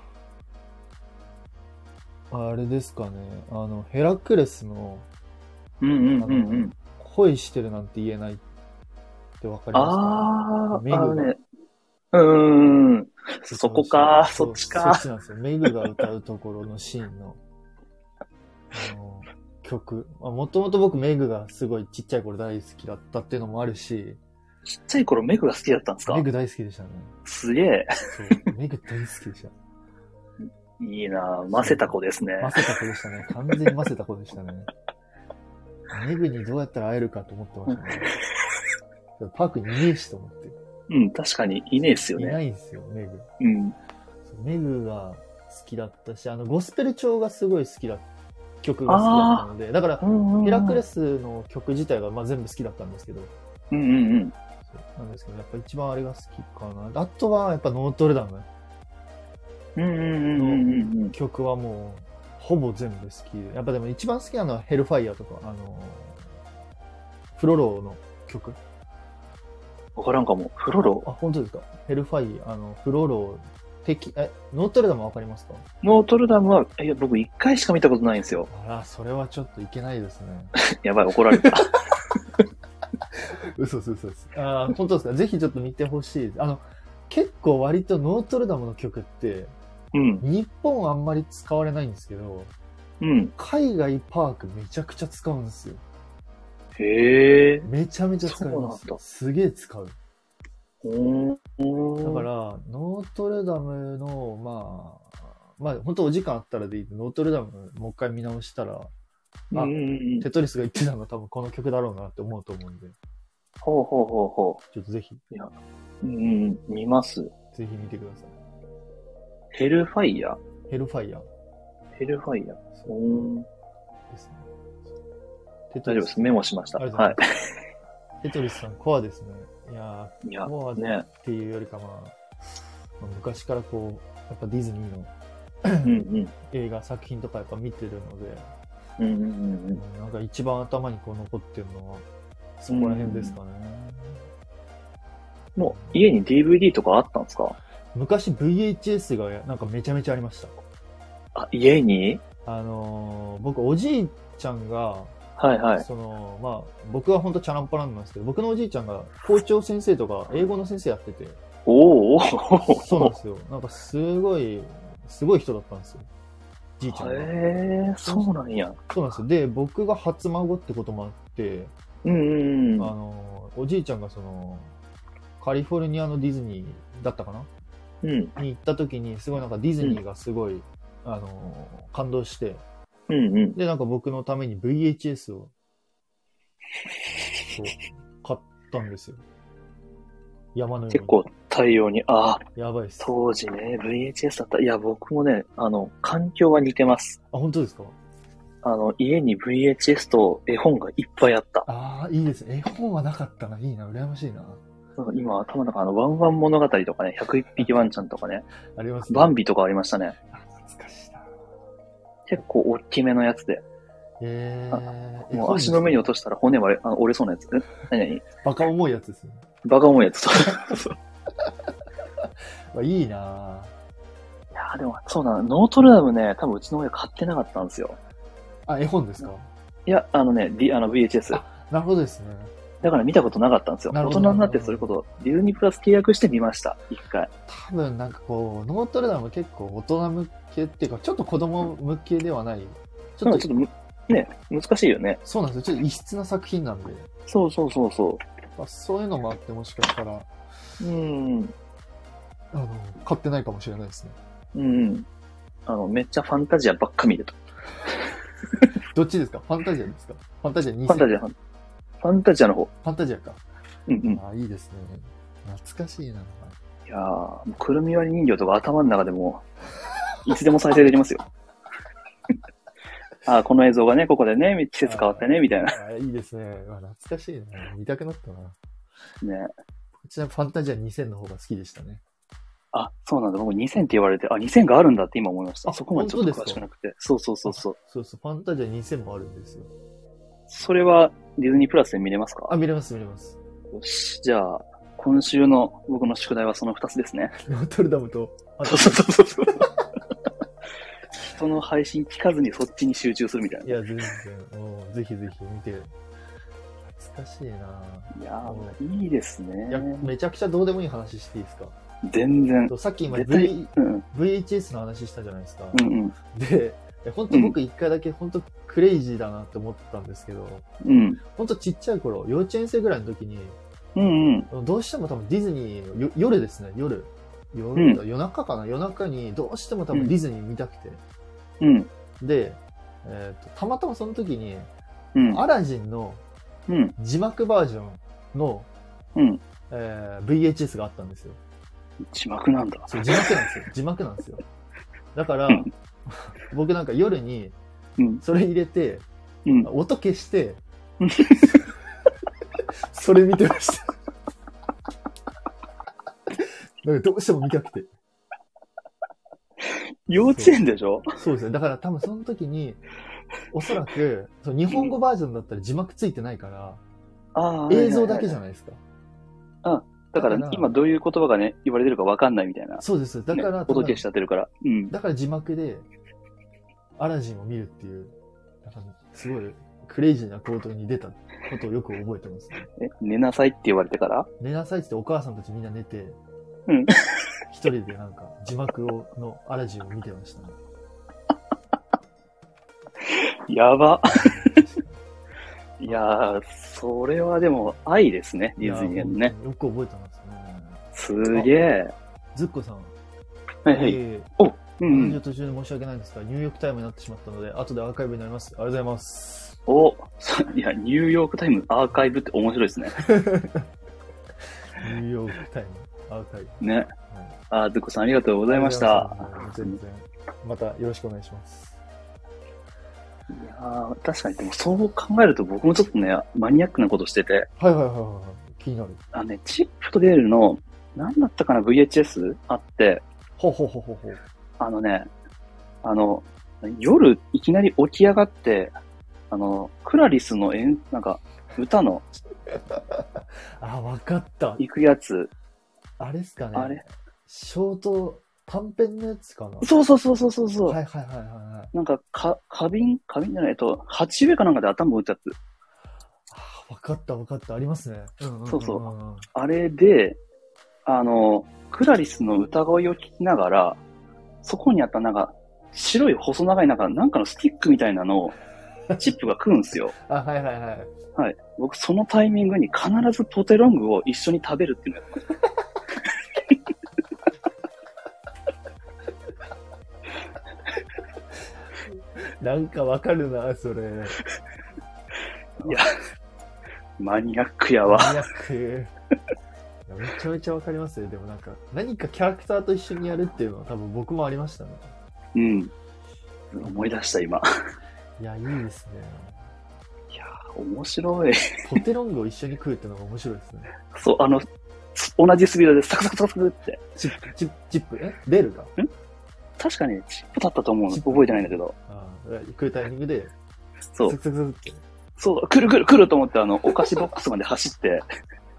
あれですかね、あの、ヘラクレスの、 うんうんうんうん。 恋してるなんて言えないってわかりますか？ ああ、メグが。ね、うーん。そこか、そっちか。 そっちなんですよ。メグが歌うところのシーンの、あの曲。もともと僕メグがすごいちっちゃい頃大好きだったっていうのもあるし。 ちっちゃい頃メグが好きだったんですか？ メグ大好きでしたね。 すげえ。 そう。メグ大好きでした。 いいなぁ。ませた子ですね。 ませた子でしたね。完全にませた子でしたね。メグにどうやったら会えるかと思ってましたね。パークにいねえしと思って。 うん、確かにいねえっすよね。 いないんですよ、メグ。 うん。 メグが好きだったし、あの、ゴスペル調がすごい好きだ、曲が好きだったので、だから、うんうんうん、ヘラクレスの曲自体がまあ全部好きだったんですけど。 うんうんうん。 そうなんですけど、やっぱ一番あれが好きかな。あとは、やっぱノートルダム。 うんうんうんうんの曲はもう、ほぼ全部好きで。やっぱでも一番好きなのはヘルファイアとか、あの、フロローの曲。 わからんかも。フロロー？ あ、本当ですか。ヘルファイア、あの、フロロー、敵、え、ノートルダムわかりますか？ ノートルダムは、いや、僕一回しか見たことないんですよ。 あら、それはちょっといけないですね。 やばい、怒られた。 嘘嘘嘘です。あ、本当ですか。ぜひちょっと見てほしいです。あの、結構割とノートルダムの曲って、 うん。 日本あんまり使われないんですけど、 うん。 海外パークめちゃくちゃ使うんですよ。 へえ。 めちゃめちゃ使います。 そうなんだ。 すげえ使う。 おー。 だから、ノートルダムの、まあ、まあ、本当お時間あったらでいい。ノートルダムもう一回見直したら、あ、 うんうんうん。 テトリスが言ってたのは多分この曲だろうなって思うと思うんで、 ほうほうほうほちょっとぜひ、 う。いや、うんうん、見ます。 ぜひ見てください。 ヘルファイヤーヘルファイヤー。 ヘルファイヤー。 そううーん。 ですね。テトリス。 大丈夫です。メモしました。 ありがとうごはざいます。テトリスさん、コアですね。いやい。いや、 ー、コアっね。 ていうよりかまあ、まあ昔からこう、やっぱディズニーのうんうん。 映画作品とかやっぱ見てるので、 うんうんうんうんなんか一番頭にこう残ってるのは、そこら辺ですかね。 もう、家に ディーブイディー とかあったんですか？ 昔 ブイエイチエス がなんかめちゃめちゃありました。 あ、家に？ あのー僕おじいちゃんが、 はいはい。 その、まあ、僕は本当チャランポランなんですけど、僕のおじいちゃんが校長先生とか英語の先生やってて、 おお。 そうなんですよ。なんかすごい、すごい人だったんですよ。じいちゃんが。 へえ、そうなんや。 そうなんですよ。で、僕が初孫ってこともあって、 うんうんうん。 あの、おじいちゃんがその、カリフォルニアのディズニーだったかなうんに行った時に、すごいなんかディズニーがすごい、あの、感動して、 うんうん。 で、なんか僕のために ブイエイチエス を、そう、買ったんですよ。山のように。 結構大量に、ああ、 やばいっす。 当時ね、ブイエイチエス だった。いや、僕もね、あの、環境は似てます。 あ、本当ですか？ あの、家に ブイエイチエス と絵本がいっぱいあった。 ああ、いいですね。絵本はなかったな。いいな。羨ましいな。 今、頭の中、あの、ワンワン物語とかね、ひゃくいっぴきワンちゃんとかね、 ありますね。 バンビとかありましたね。 あ、懐かしいな。 結構大きめのやつで。 えー、 もう足の上に落としたら骨割れ、あの折れそうなやつ。え何々 バカ重いやつですね。 バカ重いやつ。そうそうまあ、いいなぁ。 いやーでも、そうだな、ノートルダムね、多分うちの親買ってなかったんですよ。 あ、絵本ですか？ いや、あのね、D、あの ブイエイチエス。 あ、なるほどですね。 だから見たことなかったんですよ。大なるほど人になってそれこそ、ディズニープラス契約して見ました。一回。 多分なんかこう、ノートルダム結構大人向けっていうか、ちょっと子供向けではない。ちょっと、 なんかちょっとむ、ね、難しいよね。 そうなんですよ。ちょっと異質な作品なんで。 そうそうそうそまあ、そういうのもあってもしかしたら、 う。うん。 あの、買ってないかもしれないですね。 うん。あの、めっちゃファンタジアばっか見ると。 どっちですか？ファンタジアですか？ファンタジアにファンタジア、ファンタジアの方。 ファンタジアか。 うんうん。 あ、いいですね。懐かしいな。 いやー、もうくるみ割り人形とか頭の中でも、いつでも再生できますよ。あ、この映像がね、ここでね、季節変わってね、みたいな。 あ、いいですね。うわ懐かしいな。見たくなったな。 ね。 ちなみにファンタジアにせんの方が好きでしたね。 あ、そうなんだ。僕にせんって言われて、あ、にせんがあるんだって今思いました。 あそこまでちょっと詳しくなくて。そうそうそうそう。 そうそう、ファンタジアにせんもあるんですよ。 それはディズニープラスで見れますか？ あ、見れます、見れます。 よし。じゃあ、今週の僕の宿題はそのふたつですね。 ノートルダムと、あとそうそうそうそう。人の配信聞かずにそっちに集中するみたいな。 いや、全然、もう、ぜひぜひ見て。懐かしいな。 いやー、いいですね。 いや、めちゃくちゃどうでもいい話していいですか？ 全然。 さっき今、 絶対 v うんブイエイチエス の話したじゃないですか。 うんうん。 で、本当僕一回だけ本当クレイジーだなって思ったんですけど、 うん。 本当ちっちゃい頃、幼稚園生ぐらいの時に、 うんうん。 どうしても多分ディズニーのよ夜ですね、夜。夜、 うん夜中かな夜中にどうしても多分ディズニー見たくて。 うん。 で、えーと、たまたまその時に、 うん。 アラジンのうん。 字幕バージョンの、 うん。 えー ブイエイチエス があったんですよ。 字幕なんだ。 そう、字幕なんですよ。字幕なんですよ。だからうん、 僕なんか夜に、 うん。 それ入れて、 うん。 音消してうん、 それ見てました。なんかどうしても見たくて。 幼稚園でしょ？ そうですね。だから多分その時に、おそらく、その日本語バージョンだったら字幕ついてないから、 ああ。 映像だけじゃん。 ないですか。 だからだから今どういう言葉がね、言われてるかわかんないみたいな。 そうです。だから、 ね、音消しちゃってるから。うん。 だから字幕で、アラジンを見るっていう、なんかすごいクレイジーな行動に出たことをよく覚えてますね。 え、寝なさいって言われてから寝なさいって言ってお母さんたちみんな寝て、 うん。 一人でなんか字幕をのアラジンを見てましたね。 やば。いやー、それはでも愛ですね、ディズニーのね。 よく覚えてますね。すげえ。 ズッコさん。 はいはい。えー、おうんうん、途中で申し訳ないんですが、ニューヨークタイムになってしまったので、後でアーカイブになります。ありがとうございます。 お、いや、ニューヨークタイムアーカイブって面白いですね。 ニューヨークタイムアーカイブ。 ね。はい、あ、ズッコさんありがとうございました。 全然。またよろしくお願いします。 いやー、確かに、でもそう考えると僕もちょっとね、マニアックなことしてて。 はいはいはいはい。気になる。 あのね、チップとデールの、なんだったかな、ブイエイチエス あって。 ほうほうほうほうほう。 あのね、あの、夜いきなり起き上がって、あの、クラリスの演、なんか、歌の。 あ、わかった。 行くやつ。 あれっすかね。 あれショート、短編のやつかな。 そうそうそうそうそうそう。 はいはいはいはい。 なんか、か、花瓶花瓶じゃない、えっと、鉢植えかなんかで頭打つやつ。 あ、わかったわかった。ありますね。 うんうんうんうん、そうそう。あれで、あの、クラリスの歌声を聞きながら、そこにあったなんか、白い細長いなんか、なんかのスティックみたいなのを、チップが食うんすよ。 あ、はいはいはい。 はい。僕、そのタイミングに必ずポテロングを一緒に食べるっていうのをやってました。 なんかわかるな、それ。いや、マニアックやわ。 マニアック。めちゃめちゃわかりますよ。でもなんか、何かキャラクターと一緒にやるっていうのは多分僕もありましたね。 うん。思い出した、今。 いや、いいですね。 いや、面白い。 ポテロングを一緒に食うっていうのが面白いですね。 そう、あの、同じスピードでサクサクサクサクって。 チップ、チップ、チップ、えベルがん確かにチップだったと思うの。覚えてないんだけど。 ああ、食うタイミングで、 そう。 サクサクサクって。 そう、来る来る来ると思って、あの、お菓子ボックスまで走って。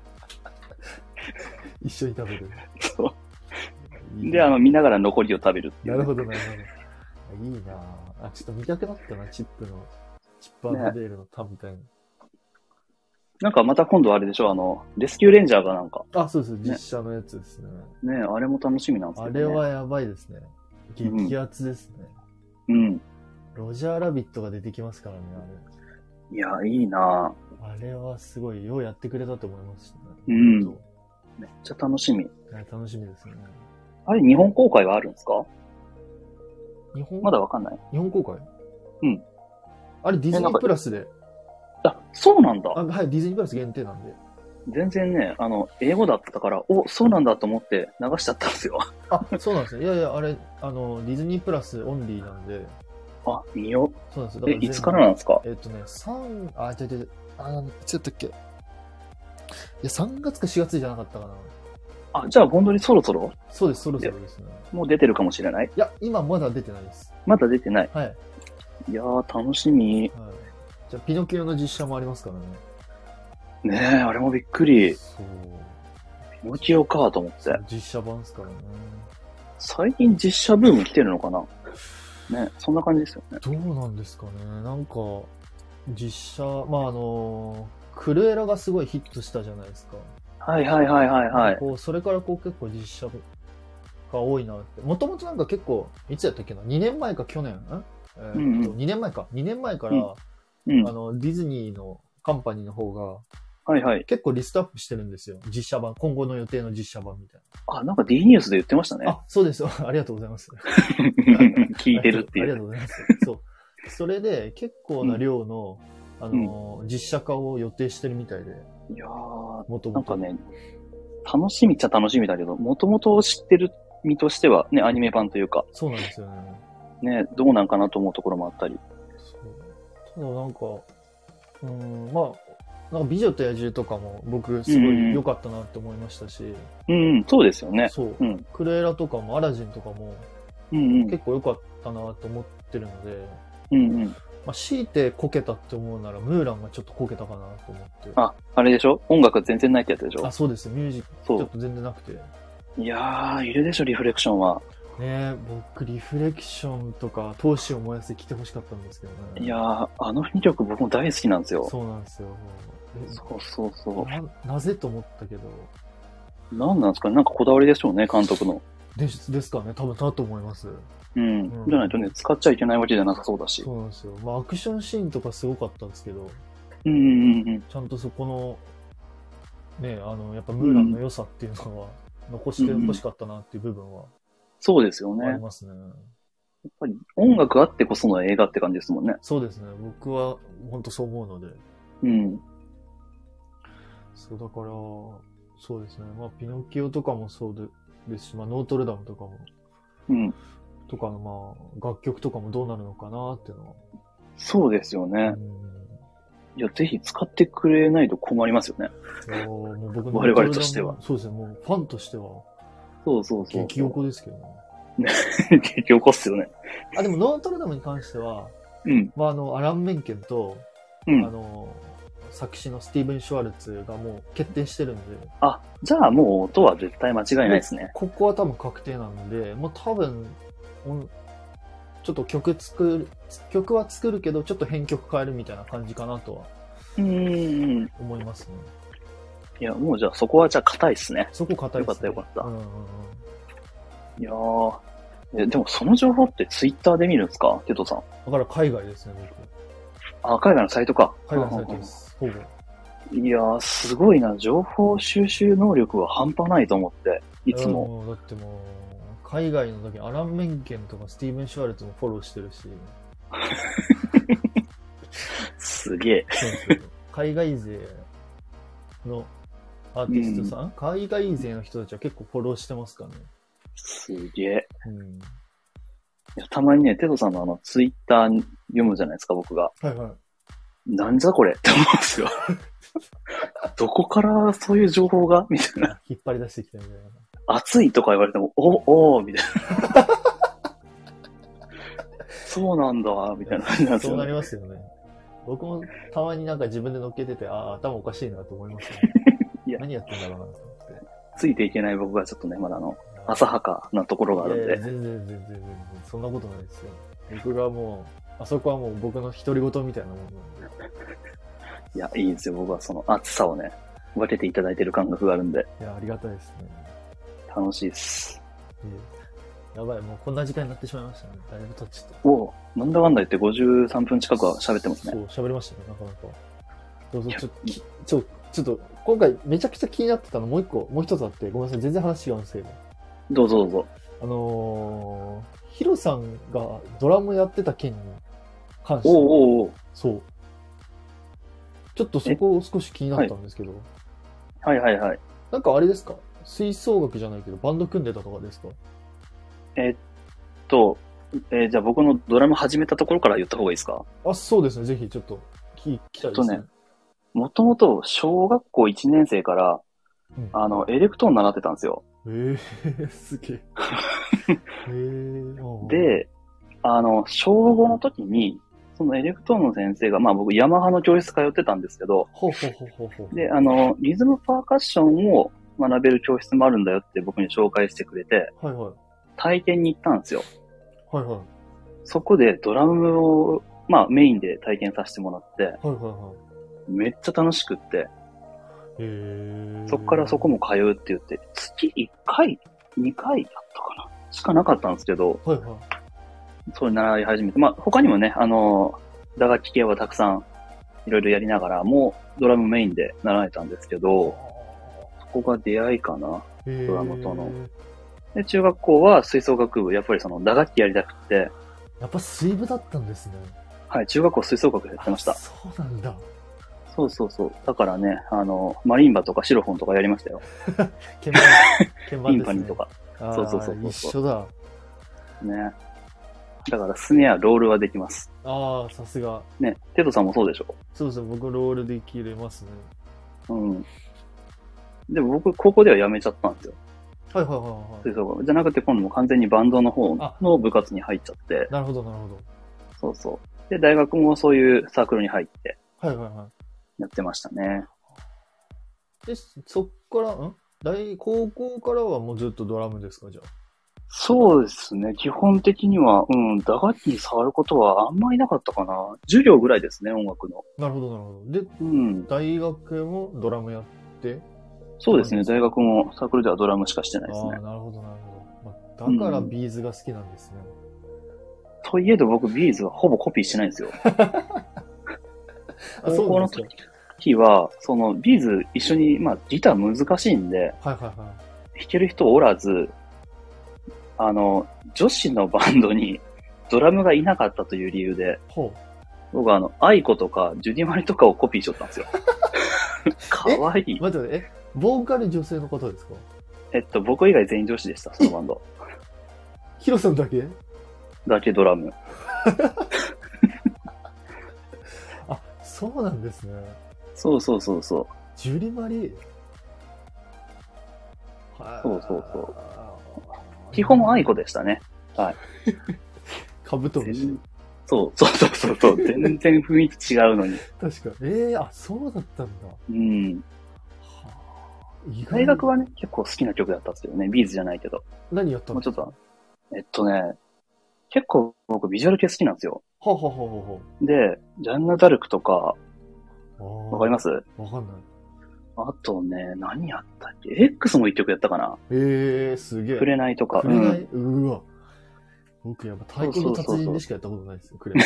一緒に食べる。 そう。いいで、あの、見ながら残りを食べるっていう、 ね。なるほど、なるほど。いいなぁ。あ、ちょっと見たくなったな、チップの、チップ&デールのタンみたいな、ね。 なんかまた今度あれでしょ、あの、レスキューレンジャーがなんか。 あ、そうです、実写のやつですね。 ねえ、あれも楽しみなんですけど、ね。 あれはやばいですね。激アツですね。 うん。 ロジャーラビットが出てきますからね、あれ。いや、いいなぁ。あれはすごい、ようやってくれたと思いますね。 うん。めっちゃ楽しみ。 楽しみですね。 あれ、日本公開はあるんですか？ 日本まだわかんない。 日本公開？ うん。 あれ、ディズニープラスで。 あ、そうなんだ。 あ、はい、ディズニープラス限定なんで。 全然ね、あの、英語だったから、お、そうなんだと思って流しちゃったんですよ。 あ、そうなんですよ。いやいや、あれ、あの、ディズニープラスオンリーなんで。 あ、見よう。 そうなんですよ。 え、いつからなんですか？ えっとね、三、あ、違う違う、あ、いつやったっけ？いや、さんがつかしがつじゃなかったかな。 あ、じゃあ本当にそろそろ？ そうです、そろそろですね。 もう出てるかもしれない？いや、今まだ出てないです。 まだ出てない。 はい。 いやー、楽しみ。はい。 じゃあ、ピノキオの実写もありますからね。 ねえ、あれもびっくり。 そう。 ピノキオかと思って。 実写版ですからね。 最近実写ブーム来てるのかな？ね、そんな感じですよね。 どうなんですかね。なんか、実写、まああの、クルエラがすごいヒットしたじゃないですか。 はいはいはいはいはい。 こうそれからこう結構実写が多いなって。もともとなんか結構、いつやったっけな ?に 年前か去年ん、えーうんうん、にねんまえか。にねんまえから、うんうん、あの、ディズニーのカンパニーの方が、 はいはい。 結構リストアップしてるんですよ。実写版。今後の予定の実写版みたいな。あ、なんか D ニュースで言ってましたね。 あ、そうですよ。ありがとうございます。 聞いてるっていう。 ありがとうございます。そう。それで結構な量の、うん、あの、うん、実写化を予定してるみたいで。 いやー、もともとなんかね、楽しみっちゃ楽しみだけど、もともと知ってる身としてはね、アニメ版というか。 そうなんですよね。 ね、どうなんかなと思うところもあったり。 そう。ただなんか、うん、まあ、なんか美女と野獣とかも僕すごい良かったなって思いましたし。 うん、うん、そうですよね。 そう。うん、クレーラとかもアラジンとかも、 うんうん、 結構良かったなと思ってるので、 うんうん。 まあ、強いてこけたって思うなら、ムーランがちょっとこけたかなと思って。 あ、あれでしょ？音楽全然ないってやつでしょ？ あ、そうです。ミュージックちょっと全然なくて。 いやー、いるでしょ、リフレクションは。 ねえ、僕、リフレクションとか、闘志を燃やせ来てほしかったんですけどね。 いやー、あのにきょく僕も大好きなんですよ。 そうなんですよ。 そうそうそう。 な、なぜと思ったけど。 なんなんですかね、なんかこだわりでしょうね、監督の。 ですですかね。多分だと思います。 うん。 うんじゃないとね、使っちゃいけないわけじゃなさそうだし。 そうなんですよ。まあ、アクションシーンとかすごかったんですけど、 うんうんうんちゃんとそこの、ね、あの、やっぱムーランの良さっていうのは、残してほしかったなっていう部分はそうですよね。 ありますね。 やっぱり音楽あってこその映画って感じですもんね。 そうですね。僕は本当そう思うので。 うん。 そうだから、そうですね。まあ、ピノキオとかもそうでですし、まあ、ノートルダムとかも、 うん。 とかの、まあ、楽曲とかもどうなるのかなっていうのは。 そうですよね。 うん、 いや、ぜひ使ってくれないと困りますよね。 もう僕我々としては。 そうですね。もうファンとしては、 そうそうそう。 激おこですけどね。 激おこっすよね。 あ、でもノートルダムに関しては、 うん。 まあ、あの、アラン・メンケンと、 うん。 あの、作詞のスティーブン・シュワルツがもう決定してるんで。 あ、じゃあもう音は絶対間違いないですね。 ここは多分確定なので、もう多分、ちょっと曲作る、曲は作るけど、ちょっと編曲変えるみたいな感じかなとは。 うん。 思いますね。 いや、もうじゃあそこはじゃあ硬いっすね。 そこ硬いですね。 よかったよかった。 うんうんうん、 いやー。え、でもその情報ってツイッターで見るんですかテトさん。 だから海外ですね、 僕。あ、海外のサイトか。 海外のサイトです。ほぼ。 いやー、すごいな。情報収集能力は半端ないと思って、いつも。 もうだってもう、海外の時、アラン・メンケンとかスティーブン・シュワルツもフォローしてるし。 すげえ。 そうですよ。海外勢のアーティストさん、うん、海外勢の人たちは結構フォローしてますからね。 すげえ。 うん、 いやたまにね、テトさんのあの、ツイッター読むじゃないですか、僕が。 はいはい。 なんじゃこれって思うんですよ。どこからそういう情報がみたいな。 引っ張り出してきたみたいな。 暑いとか言われても、お、おーみたいな。そうなんだ、みたいな感じなんですよ、ね。 そうなりますよね。僕もたまになんか自分で乗っけてて、ああ、頭おかしいなと思いますね。いや何やってんだろうなと思って。 ついていけない僕がちょっとね、まだあの、浅はかなところがあるんで。いやいや全然全然全然。そんなことないですよ。僕がもう、あそこはもう僕の独り言みたいなもんなんで。 いや、いいですよ。僕はその熱さをね、分けていただいてる感覚があるんで。 いや、ありがたいですね。 楽しいです。 やばい、もうこんな時間になってしまいましたね。だいぶ経っちゃった。 おお、なんだかんだ言ってごじゅうさんぷん近くは喋ってますね。 そう、喋りましたね、なかなか。どうぞ、ちょ、ちょ、ちょっと、今回めちゃくちゃ気になってたのもう一個、もう一つあって、ごめんなさい、全然話違うんですけど。 どうぞどうぞ。 あのー、ヒロさんがドラムやってた件に関して。 おうおうおう。 そう。ちょっとそこを少し気になったんですけど。 はい、はいはいはいなんかあれですか？吹奏楽じゃないけど、バンド組んでたとかですか？ えっと、えー、じゃあ僕のドラム始めたところから言った方がいいですか？ あ、そうですね。ぜひちょっと聞きたいですね。 えっとね、もともと小学校いちねん生から、うん、あの、エレクトーン習ってたんですよ。 えー、すげえ。えー、 で、あの、小ごの時に、そのエレクトーンの先生が、まあ僕、ヤマハの教室通ってたんですけど、 ほうほうほうほうほうで、あの、リズムパーカッションを学べる教室もあるんだよって僕に紹介してくれて、 はいはい、 体験に行ったんですよ。 はいはい。 そこでドラムを、まあメインで体験させてもらって、はいはいはい、 めっちゃ楽しくって、 へー、 そこからそこも通うって言って、月いっかい、にかいだったかなしかなかったんですけど、 はいはい、 それ習い始めて、まあ他にもね、あの、打楽器系はたくさんいろいろやりながら、もうドラムメインで習えたんですけど、そこが出会いかな、ドラムとの。で、中学校は吹奏楽部、やっぱりその打楽器やりたくて。 やっぱ水部だったんですね。 はい、中学校吹奏楽やってました。 そうなんだ。 そうそうそう。だからね、あの、マリンバとかシロフォンとかやりましたよ。 鍵盤、鍵盤ですね。 ティンパニーとか。そうそうそうそう。 一緒だ。 ね。だからスネア、ロールはできます。 ああ、さすが。 ね、テトさんもそうでしょ？ そうですね、僕ロールできれますね。 うん。でも僕、高校では辞めちゃったんですよ。 はいはいはいはい。 吹奏楽じゃなくて、今度も完全にバンドの方の部活に入っちゃって。 なるほどなるほど。 そうそう。で、大学もそういうサークルに入って。 はいはいはい。 やってましたね。 で、そっから、ん大、高校からはもうずっとドラムですか、じゃあ。 そうですね。基本的には、うん、打楽器に触ることはあんまりなかったかな。授業ぐらいですね、音楽の。 なるほど、なるほど。で、 うん、 大学もドラムやってそうですね。大学もサークルではドラムしかしてないですね。 ああ、なるほど、なるほど。まあ、 だからビーズが好きなんですね。 うん、といえど僕ビーズはほぼコピーしてないんですよ。 あ、そうなんですか。 時は、そのビーズ一緒に、まあギター難しいんで、 はいはいはい。 弾ける人おらず、あの、女子のバンドにドラムがいなかったという理由で、 ほう。 僕はあの、アイコとかジュディマリとかをコピーしとったんですよ。かわいい。 待って待って、え、ボーカル女性の方ですか？ えっと、僕以外全員女子でした、そのバンド。 ヒロさんだけ？ だけドラム。 あ、そうなんですね。 そうそうそうそう。 ジュリマリ。 そうそうそう。基本アイコでしたね。はい。 カブトムシ。 そうそうそうそうそう。全然雰囲気違うのに。 確か。ええー、あ、そうだったんだ。 うん。 はあ、意外。 大学はね、結構好きな曲だったんですけどね。ビーズじゃないけど。 何やったの？ もうちょっと、えっとね、結構僕ビジュアル系好きなんですよ。 ははははは。 で、ジャンヌ・ダルクとか、わかります？ わかんない。 あとね、何やったっけ？ X も一曲やったかな？ ええー、すげえ。 くれないとか。 くれない、うん、うわ。僕やっぱ太鼓の達人でしかやったことないですよ、くれない。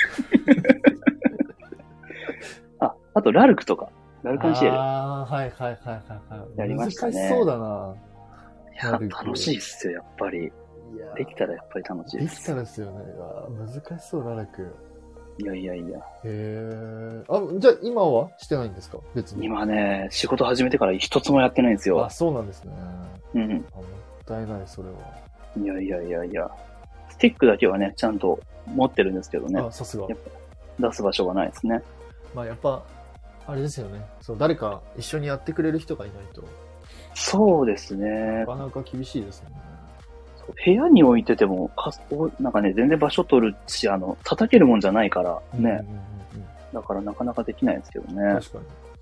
あ、あとラルクとか。ラルカンシエル。 ああ、はいはいはいはいはい。 やりましたね。 難しそうだな。 いや、楽しいっすよ、やっぱり。できたらやっぱり楽しいです。 できたらですよね。難しそう、ラルク。 いやいやいや。 へえ。あ、じゃあ今はしてないんですか？別に。 今ね、仕事始めてから一つもやってないんですよ。 あ、そうなんですね。 うん。あ、 もったいない、それは。 いやいやいやいや。スティックだけはね、ちゃんと持ってるんですけどね。 あ、さすが。 やっぱ出す場所がないですね。 まあやっぱ、あれですよね。そう、誰か一緒にやってくれる人がいないと。 そうですね。 なかなか厳しいですね。 部屋に置いてても、かなんかね、全然場所取るし、あの、叩けるもんじゃないからね。うんうんうんうん、だからなかなかできないですけどね。 確か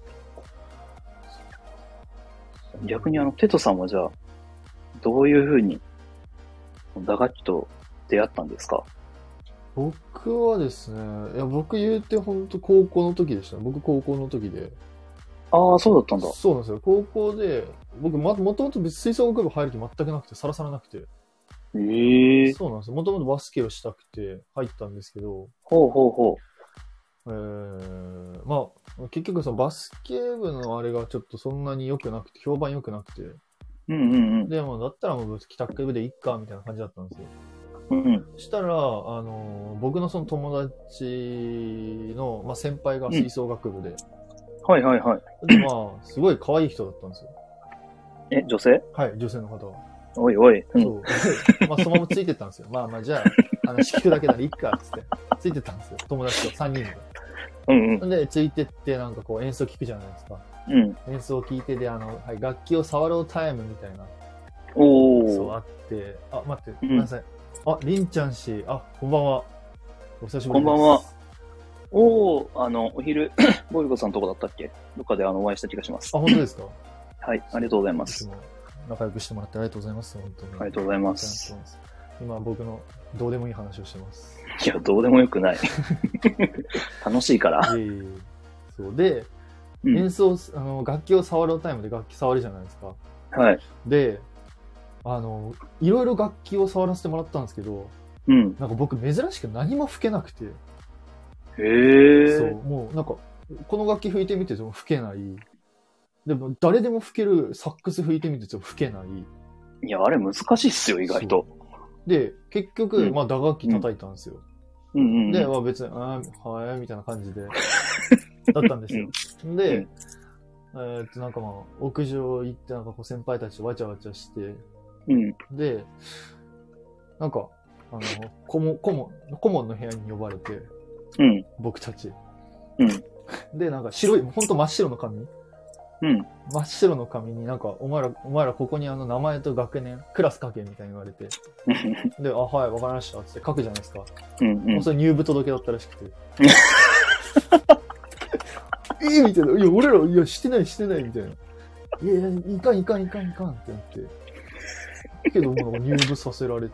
に。逆にあの、テトさんはじゃあ、どういうふうに、打楽器と出会ったんですか？ 僕はですね、いや、僕言うて本当高校の時でした。僕高校の時で。 ああ、そうだったんだ。 そうなんですよ。高校で、僕、ま、もともと吹奏楽部入る気全くなくて、さらさらなくて。 ええー。 そうなんですよ。もともとバスケをしたくて入ったんですけど。 ほうほうほう。えー、まあ、結局そのバスケ部のあれがちょっとそんなに良くなくて、評判良くなくて。 うんうんうん。 でも、だったらもう帰宅部でいっか、みたいな感じだったんですよ。 うん。 したら、あの、僕のその友達の、まあ、先輩が吹奏楽部で。うん、 はいはいはい。 で、まあ、すごい可愛い人だったんですよ。 え、女性？ はい、女性の方は。 おいおい。 うん、そう。まあ、そのままついてったんですよ。まあまあ、じゃあ、あの、弾くだけならいいか、つって。ついてったんですよ。友達とさんにんで。 うんうん。 で、ついてって、なんかこう演奏聞くじゃないですか。 うん。 演奏聞いてで、あの、はい、楽器を触ろうタイムみたいな。 おー。 そう、あって、あ、待って、ごめんなさい。うん、あ、りんちゃん氏、あ、こんばんは。お久しぶりです。 こんばんは。おー、あの、お昼、ボイコさんのとこだったっけ？どっかであの、お会いした気がします。 あ、本当ですか？ はい、ありがとうございます。 仲良くしてもらってありがとうございます。本当に。 ありがとうございます。 今僕のどうでもいい話をしてます。 いや、どうでもよくない。楽しいから。 いえいえ。そうで、うん、演奏、あの、楽器を触ろうタイムで楽器触るじゃないですか。 はい。 で、あの、いろいろ楽器を触らせてもらったんですけど、 うん。 なんか僕珍しく何も吹けなくて。 へー。 そう、もうなんか、この楽器吹いてみても吹けない。でも、誰でも吹けるサックス吹いてみても吹けない。 いや、あれ難しいっすよ、意外と。 で、結局、うん、まあ、打楽器叩いたんですよ。 うんうんうん、 で、まあ別に、ああ、はい、みたいな感じで、だったんですよ。うん、で、うん、えー、っと、なんかまあ、屋上行って、なんかこう先輩たちとわちゃわちゃして、 うん、 で、なんか、あの、顧問、顧問、顧問の部屋に呼ばれて、 うん、 僕たち。 うん、 で、なんか白い、ほんと真っ白の紙。 うん。 真っ白の紙になんか、お前ら、お前らここにあの名前と学年、クラス書けみたいに言われて。で、あ、はい、わかりました。つって書くじゃないですか。 うんうん。 もうそれ入部届だったらしくて。えーみたいな。いや、俺ら、いや、してない、してない、みたいな。いやいや、いかん、いかん、いかん、いかんってなって。けど、なんか入部させられて。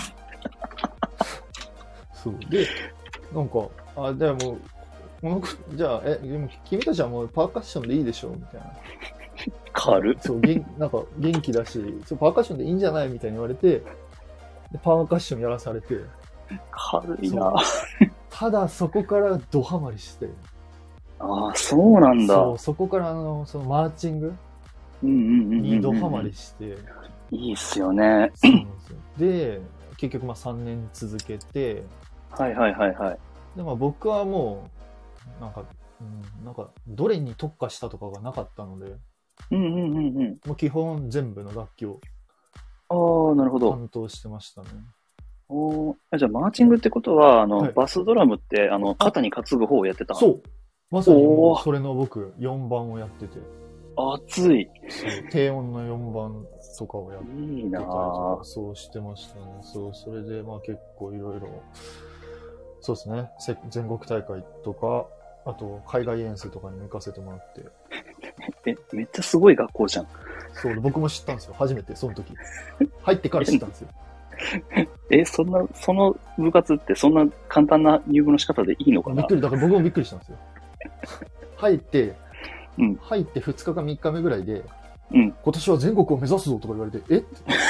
そう。で、なんか、あ、でもう、このじゃあ、え、でも君たちはもうパーカッションでいいでしょみたいな。 軽っ。 そう、元なんか元気だし、そうパーカッションでいいんじゃないみたいに言われて、 で、パーカッションやらされて。 軽いな。 ただそこからドハマりして。 ああ、そうなんだ。 そう、そこからあの、そのマーチングにドハマりして。 いいっすよね。 そうなんですよ。で、結局まあさんねん続けて。 はいはいはいはい。 で、まあ僕はもう、なんか、うん、なんか、どれに特化したとかがなかったので。 うんうんうんうん。 もう基本全部の楽器を。 ああ、なるほど。 担当してましたね。 おじゃあ、マーチングってことは、あの、はい、バスドラムって、あの、肩に担ぐ方をやってた？ そう。まさにもう、それの僕、よんばんをやってて。 熱い。 そう。低音のよんばんとかをやってたりとか、 いいなぁ。 そうしてましたね。そう、それで、まあ結構いろいろ、そうですね。全国大会とか、あと、海外遠征とかにも行かせてもらって。 え、めっちゃすごい学校じゃん。 そう、僕も知ったんですよ。初めて、その時。入ってから知ったんですよ。 え、そんな、その部活ってそんな簡単な入部の仕方でいいのかな？ びっくり、だから僕もびっくりしたんですよ。入って、 うん、 入ってふつかかみっかめぐらいで、 うん、 今年は全国を目指すぞとか言われて、え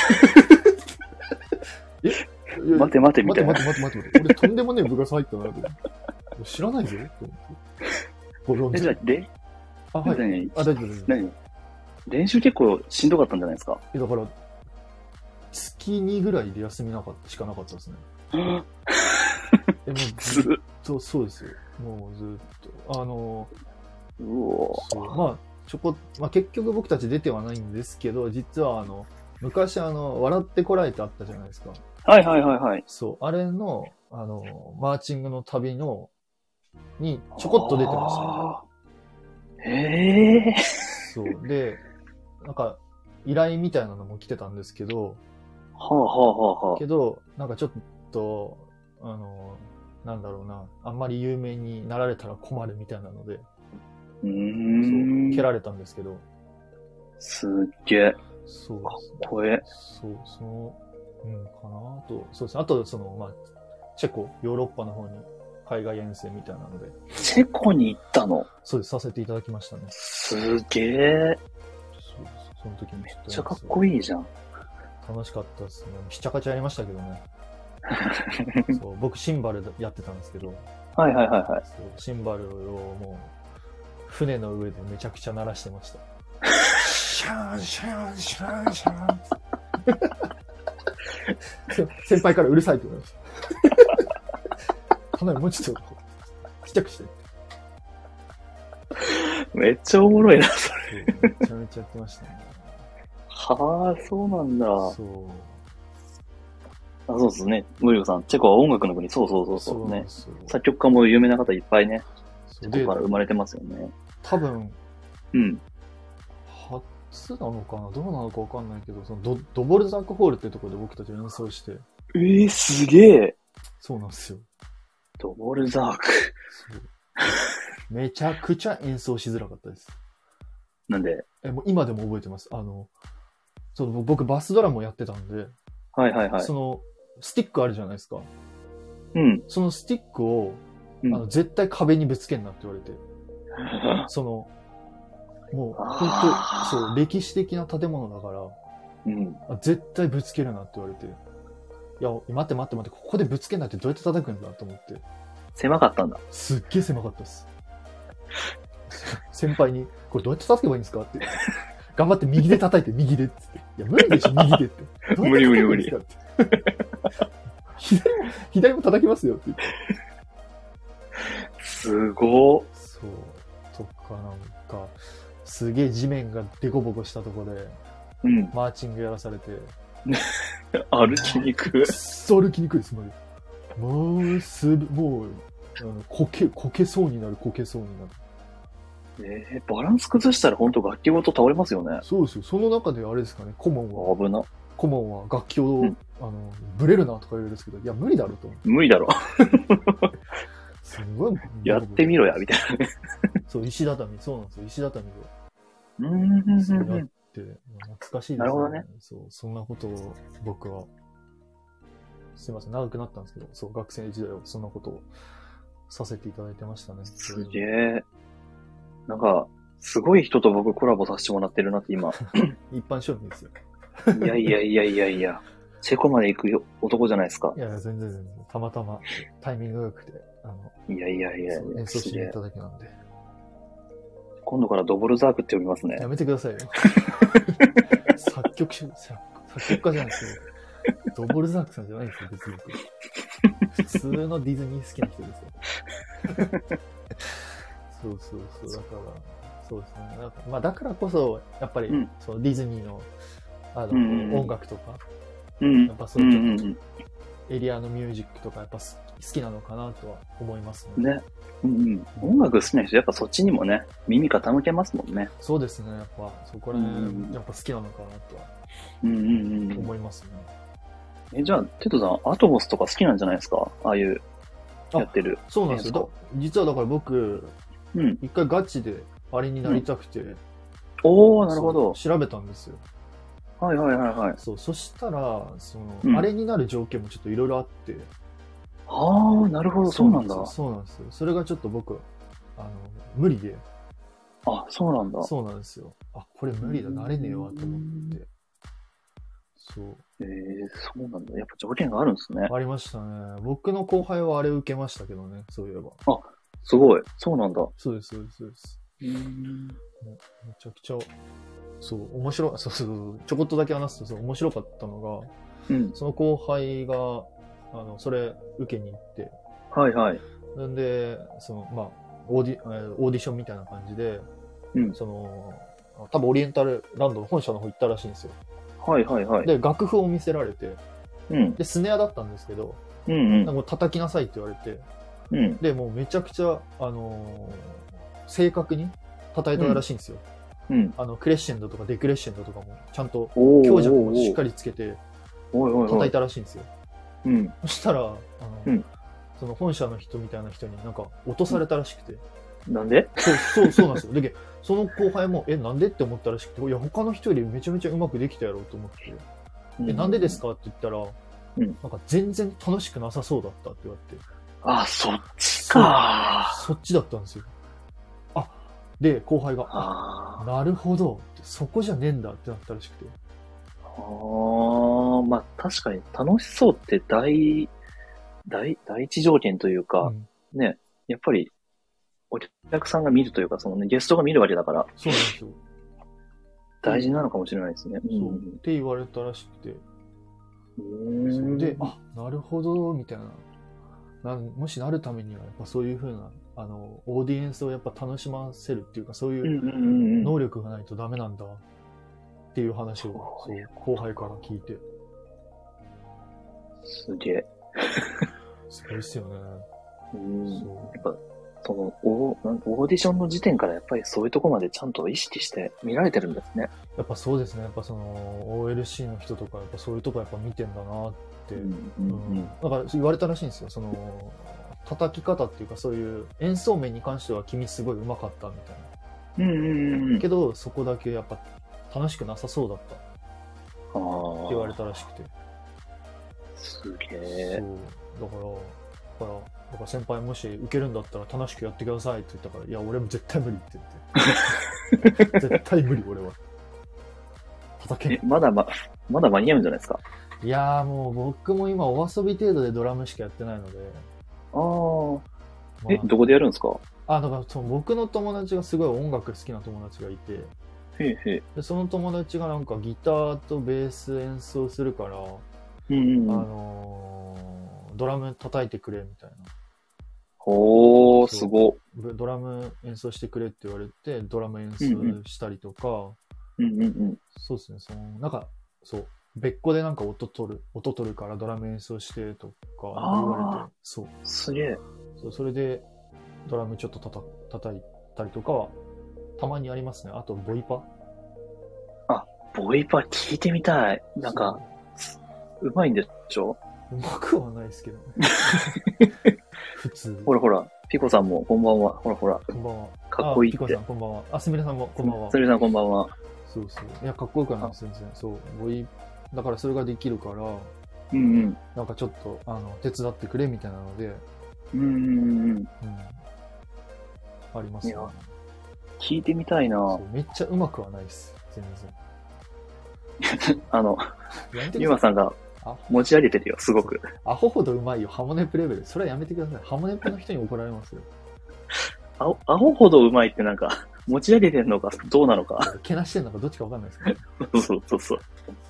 え待て待てみたいな。 待て待て待て待て。俺とんでもねえ部活入ったなと。知らないぞと思って。 え、じゃあ、で、 あ、はい。 何あ、大丈夫大丈夫。 何練習結構しんどかったんじゃないですか？ え、だから、月にぐらいで休みなかったしかなかったですね。え、もうずっと、そうですよ。もうずっと。あの、 うおそう。まあ、ちょこ、まあ結局僕たち出てはないんですけど、実はあの、昔あの、笑ってこられてあったじゃないですか。 はいはいはいはい。 そう。あれの、あの、マーチングの旅の、にちょこっと出てましたね。 へえ。 そう。で、なんか、依頼みたいなのも来てたんですけど、 はあはあはあはあ。 けど、なんかちょっと、あの、なんだろうな、あんまり有名になられたら困るみたいなので、 うーん。 そう、蹴られたんですけど。 すっげえ。 そう。 かっこええ。 そう、その、うん、かなと。そうですね。あと、その、まあ、チェコ、ヨーロッパの方に海外遠征みたいなので。 チェコに行ったの？ そうです、させていただきましたね。 すげえ。 そうです。その時めっちゃかっこいいじゃん。 楽しかったですね。ひちゃかちゃやりましたけどね。そう、僕シンバルやってたんですけど。 はいはいはいはい。 そうシンバルをもう、船の上でめちゃくちゃ鳴らしてました。シャーン、シャーン、シャーン、シャーン。先輩からうるさいって言われました。かなりもうちょっと、ちっちゃくして。 めっちゃおもろいな、それ。 めちゃめちゃやってましたね。 はあ、そうなんだ。 そう。 あ、そうですね。ムリコさん、チェコは音楽の国、そうそうそうそうね。作曲家も有名な方いっぱいね、チェコから生まれてますよね。 多分、 うん。 初なのかなどうなのかわかんないけど、そのド、ドボルザークホールっていうところで僕たち演奏して。 えー、すげえ。 そうなんですよ。 ドボルザーク。 そうめちゃくちゃ演奏しづらかったです。 なんで？ え、もう今でも覚えてます。あの、その僕バスドラムをやってたんで、 はいはいはい。 その、スティックあるじゃないですか。 うん。 そのスティックを、 うん、 あの絶対壁にぶつけんなって言われて。その、もう、本当そう、歴史的な建物だから、 うん、 絶対ぶつけるなって言われて。いや、待って待って待って、ここでぶつけんなってどうやって叩くんだと思って。 狭かったんだ。 すっげえ狭かったです。先輩に、これどうやって叩けばいいんですかって。頑張って右で叩いて、右でっつって。いや、無理でしょ、右でって。 無理無理無理。 左も、左も叩きますよって言って。 すごー。 そう。とかなんか、すげえ地面がデコボコしたとこで、 うん、 マーチングやらされて。 歩きにくい。 くっそ歩きにくいです、もう、す、もう、あの、こけ、こけそうになる、こけそうになる。 えー、バランス崩したら本当楽器ごと倒れますよね。 そうですよ。その中であれですかね、顧問は。 危な。 顧問は楽器を、うん、あの、ブレるなとか言うんですけど、いや、無理だろうと思って。 無理だろ。 すごい。 やってみろや、みたいなね。 そう、石畳、そうなんですよ。石畳で。 うーん。 そうやって、懐かしいですね。 なるほどね。 そう、そんなことを僕は、すいません、長くなったんですけど、そう、学生時代はそんなことをさせていただいてましたね。 すげえ。なんか、すごい人と僕コラボさせてもらってるなって今。 一般庶民ですよ。 いやいやいやいやいや。 チェコまで行くよ男じゃないですか。 いや、全然全然。たまたまタイミングが良くて、あの、 いやいやいやいや。 演奏しに行っただけなんで。 今度からドボルザークって呼びますね。 やめてくださいよ。作曲し、作曲家じゃないですよ。ドボルザークさんじゃないですよ、別に。普通のディズニー好きな人ですよ。そうそうそう、だから、そうですね。なんかまあ、だからこそ、やっぱり、うん、そのディズニーの、あの、うんうん、音楽とか、うん、やっぱそういうちょっと、エリアのミュージックとか、やっぱ好きなのかなとは思いますね。 ね。うんうん、音楽好きな人、やっぱそっちにもね、耳傾けますもんね。 そうですね。やっぱ、そこら辺、うん、やっぱ好きなのかなとは、思いますね。 え、じゃあ、テトさん、アトモスとか好きなんじゃないですか？ああいう、やってる。 そうなんですよ。実はだから僕、うん、一回ガチであれになりたくて、うん、 おー、なるほど。 調べたんですよ。 はいはいはいはい。 そう、そしたら、その、うん、あれになる条件もちょっといろいろあって。 ああ、なるほど、そうなんだ。 そうなんですよ。それがちょっと僕、あの、無理で。 あ、そうなんだ。 そうなんですよ。あ、これ無理だ、なれねえわと思って。そう。 ええー、そうなんだ。やっぱ条件があるんですね。 ありましたね。僕の後輩はあれ受けましたけどね、そういえば。 あ、すごい。そうなんだ。 そうです、そうです、そうです。うん。めちゃくちゃ、そう、面白い、そうそう、ちょこっとだけ話すと、そう、面白かったのが、うん、その後輩が、あの、それ受けに行って。 はいはい。 なんで、その、まあ、オーディ、オーディションみたいな感じで、うん、その、多分オリエンタルランドの本社の方行ったらしいんですよ。 はいはいはい。 で、楽譜を見せられて、うん、で、スネアだったんですけど、うんうん、もう叩きなさいって言われて、うん、で、もうめちゃくちゃ、あのー、正確に叩いたらしいんですよ。うん、あの、クレッシェンドとかデクレッシェンドとかも、ちゃんと強弱もしっかりつけて、叩いたらしいんですよ。うん、そしたら、あの、うん、その本社の人みたいな人になんか落とされたらしくて。 なんで？ そう、そう、そうなんですよ。で、その後輩も、え、なんでって思ったらしくて、いや、他の人よりめちゃめちゃうまくできたやろうと思って、うん、え、なんでですかって言ったら、うん、なんか全然楽しくなさそうだったって言われて。 あ、そっちか。 そっちだったんですよ。あ、で、後輩が、あ、なるほど、そこじゃねえんだってなったらしくて。 ああ、まあ確かに楽しそうって大、大、第一条件というか、うん、ね、やっぱり、お客さんが見るというか、そのね、ゲストが見るわけだから。 そうなんですよ。 大事なのかもしれないですね。 そう。って言われたらしくて。うんで、あ、なるほど、みたいな。なんもしなるためには、やっぱそういう風な、あの、オーディエンスをやっぱ楽しませるっていうか、そういう能力がないとダメなんだ、っていう話を、そう後輩から聞いて。 すげえ。 すごいっすよね。 うん。そうやっぱそのオー、オーディションの時点からやっぱりそういうところまでちゃんと意識して見られてるんですね。 やっぱそうですね。やっぱその オーエルシー の人とかやっぱそういうとこやっぱ見てんだなって、うんうんうん、だから言われたらしいんですよ。その叩き方っていうかそういう演奏面に関しては君すごい上手かったみたいな。うんうんうん、けどそこだけやっぱ楽しくなさそうだったって言われたらしくて。 すげえ。 そうだからだから。だから先輩もし受けるんだったら楽しくやってくださいって言ったから、いや、俺も絶対無理って言って。絶対無理、俺は。叩けえ、まだま、まだ間に合うんじゃないですか？ いやーもう僕も今お遊び程度でドラムしかやってないので。 あー。まあ、え、どこでやるんですか？ あ、だからその僕の友達がすごい音楽好きな友達がいて。 へいへい。 で、その友達がなんかギターとベース演奏するから、うんうんうん、あのー、ドラム叩いてくれみたいな。 おー、すご。 ドラム演奏してくれって言われて、ドラム演奏したりとか、 うんうんうん、 そうですね、その、なんか、そう、別個でなんか音取る、音取るからドラム演奏してとか言われて、そう。 すげえ。 そう、それでドラムちょっとたた叩いたりとかは、たまにありますね。あと、ボイパ？ あ、ボイパ聞いてみたい。なんか、うまいんでしょ？ うまくはないですけどね。普通。 ほらほら、ピコさんもこんばんは。ほらほら。 こんばんは。 かっこいいって。 ピコさんこんばんは。あ、すみれさんもこんばんは。 すみれさんこんばんは。 そうそう。いや、かっこよくないです、全然。そう。ボイ、だからそれができるから、うんうん。 なんかちょっと、あの、手伝ってくれみたいなので、 うんうんうん。うん。 ありますね。 聞いてみたいな。そうめっちゃうまくはないです、全然。 あの、ゆうまさんが、 持ち上げてるよ、すごく。 アホほどうまいよ、ハモネプレベル。それはやめてください。ハモネプの人に怒られますよ。 アホアホほどうまいってなんか、持ち上げてんのか、どうなのか。 けなしてんのかどっちかわかんないですけど。そうそうそう。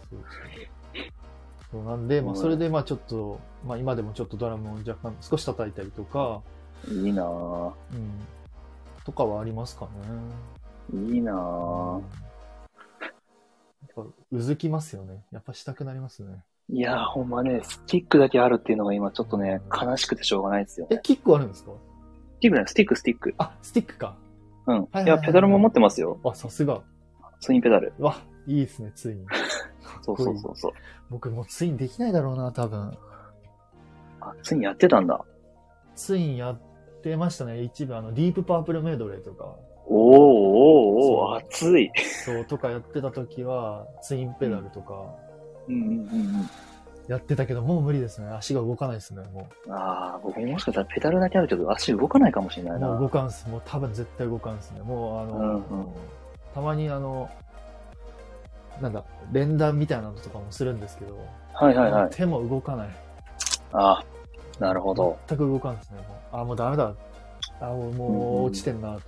そうなんで、まあ、それで、まあ、ちょっと、まあ、今でもちょっとドラムを若干少し叩いたりとか、 いいなぁ。 うん。とかはありますかね。いいなぁ。 やっぱ、うずきますよね。やっぱしたくなりますね。 いやー、ほんまね、スティックだけあるっていうのが今ちょっとね、悲しくてしょうがないですよ、ね。 え、キックあるんですか？ スティックだよ、スティック、スティック。 あ、スティックか。 うん。いや、ペダルも持ってますよ。 あ、さすが。 ツインペダル。 わ、いいですね、ついに。 そうそうそうそう。 僕もうツインできないだろうな、多分。 あ、ツインやってたんだ。 ツインやってましたね、一部、あの、ディープパープルメドレーとか。 おーおーおー、熱い。 そう、とかやってた時は、ツインペダルとか、 うんうんうんうん。 やってたけど、もう無理ですね。足が動かないですね、もう。ああ、僕もしかしたらペダルだけあるけど、足動かないかもしれないな。 もう動かんす。もう多分絶対動かんすね。もうあの、うんうん、たまにあの、なんだ、連弾みたいなのとかもするんですけど、 はいはいはい。 手も動かない。 ああ、なるほど。 全く動かんですね。もうあ、もうダメだ。あ、もう、もう落ちてんなと思って。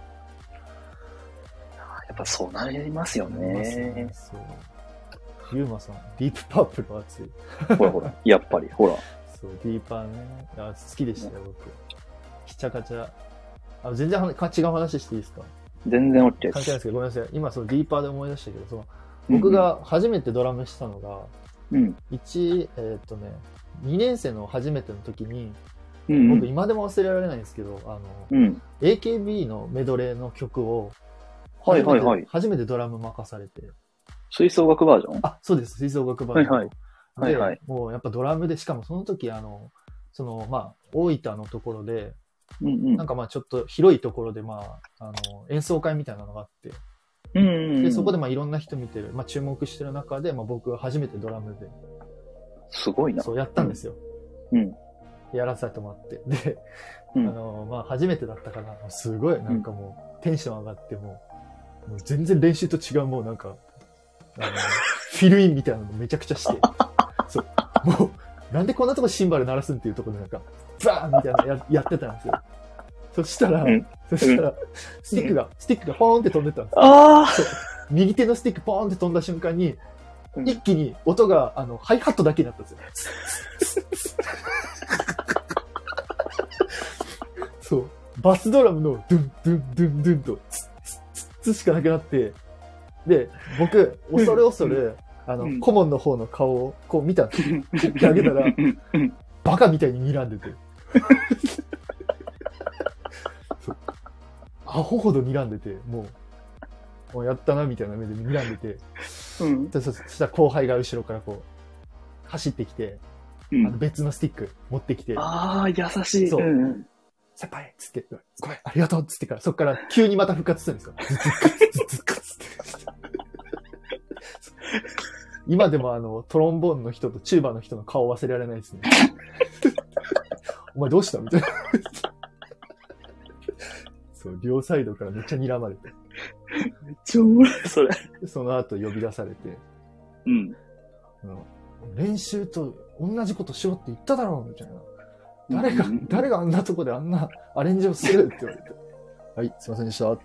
やっぱそうなりますよね。ねそう。ユーマさん、ディープパープル熱い。 ほらほら、やっぱり、ほら。 そう、ディーパーね。あ、好きでしたよ、僕。きちゃかちゃ。あ、全然違う話していいですか？ 全然 OK です。 関係ないですけど、ごめんなさい。今、そのディーパーで思い出したけど、その、僕が初めてドラムしたのが、 うん。 一、えっとね、にねん生の初めての時に、 うん、 僕今でも忘れられないんですけど、あの、 うん、 エーケービー のメドレーの曲を、 はいはいはい。 初めてドラム任されて。 吹奏楽バージョン？ あ、そうです。吹奏楽バージョン。 はいはい。はいはい。 もうやっぱドラムで、しかもその時、あの、その、まあ、大分のところで、 うんうん、 なんかまあちょっと広いところで、まあ、あの、演奏会みたいなのがあって、 うんうんうん、 で、そこでまあいろんな人見てる、まあ注目してる中で、まあ僕は初めてドラムで。 すごいな。 そうやったんですよ。 うん。 やらせてもらって。で、 うん、 あの、まあ初めてだったから、すごいなんかもうテンション上がってもう、もう全然練習と違うもうなんか、あの、フィルインみたいなのめちゃくちゃして、そう、もう、なんでこんなとこシンバル鳴らすんっていうところでなんか、ザーンみたいなの や, やってたんですよ。そしたら、うん、そしたら、スティックが、うん、スティックがポーンって飛んでったんですよ。 ああ右手のスティックポーンって飛んだ瞬間に、うん、一気に音が、あの、ハイハットだけになったんですよ。そう。バスドラムのドゥン、ドゥン、ドゥン、ドゥンと、ツッツッツッしかなくなって、で、僕、恐る恐る、あの、うん、顧問の方の顔をこう見たんですよ。見上げたら、バカみたいに睨んでて。アホほど睨んでて、もう、もうやったなみたいな目で睨んでて、うん、そしたら後輩が後ろからこう、走ってきて、うん、あの別のスティック持ってきて、 ああ、優しい。 そう。うんうん、先輩っつって、ごめん、ありがとうっつってから、そっから急にまた復活するんですよ。ズズッカツ、ズズッカツって。今でもあの、トロンボーンの人とチューバーの人の顔忘れられないですね。お前どうしたみたいな。そう、両サイドからめっちゃ睨まれて。 めっちゃおもろい、それ。 その後呼び出されて。 うん。 練習と同じことしろって言っただろうみたいな。誰が、うん、誰があんなとこであんなアレンジをするって言われて。はい、すいませんでしたって。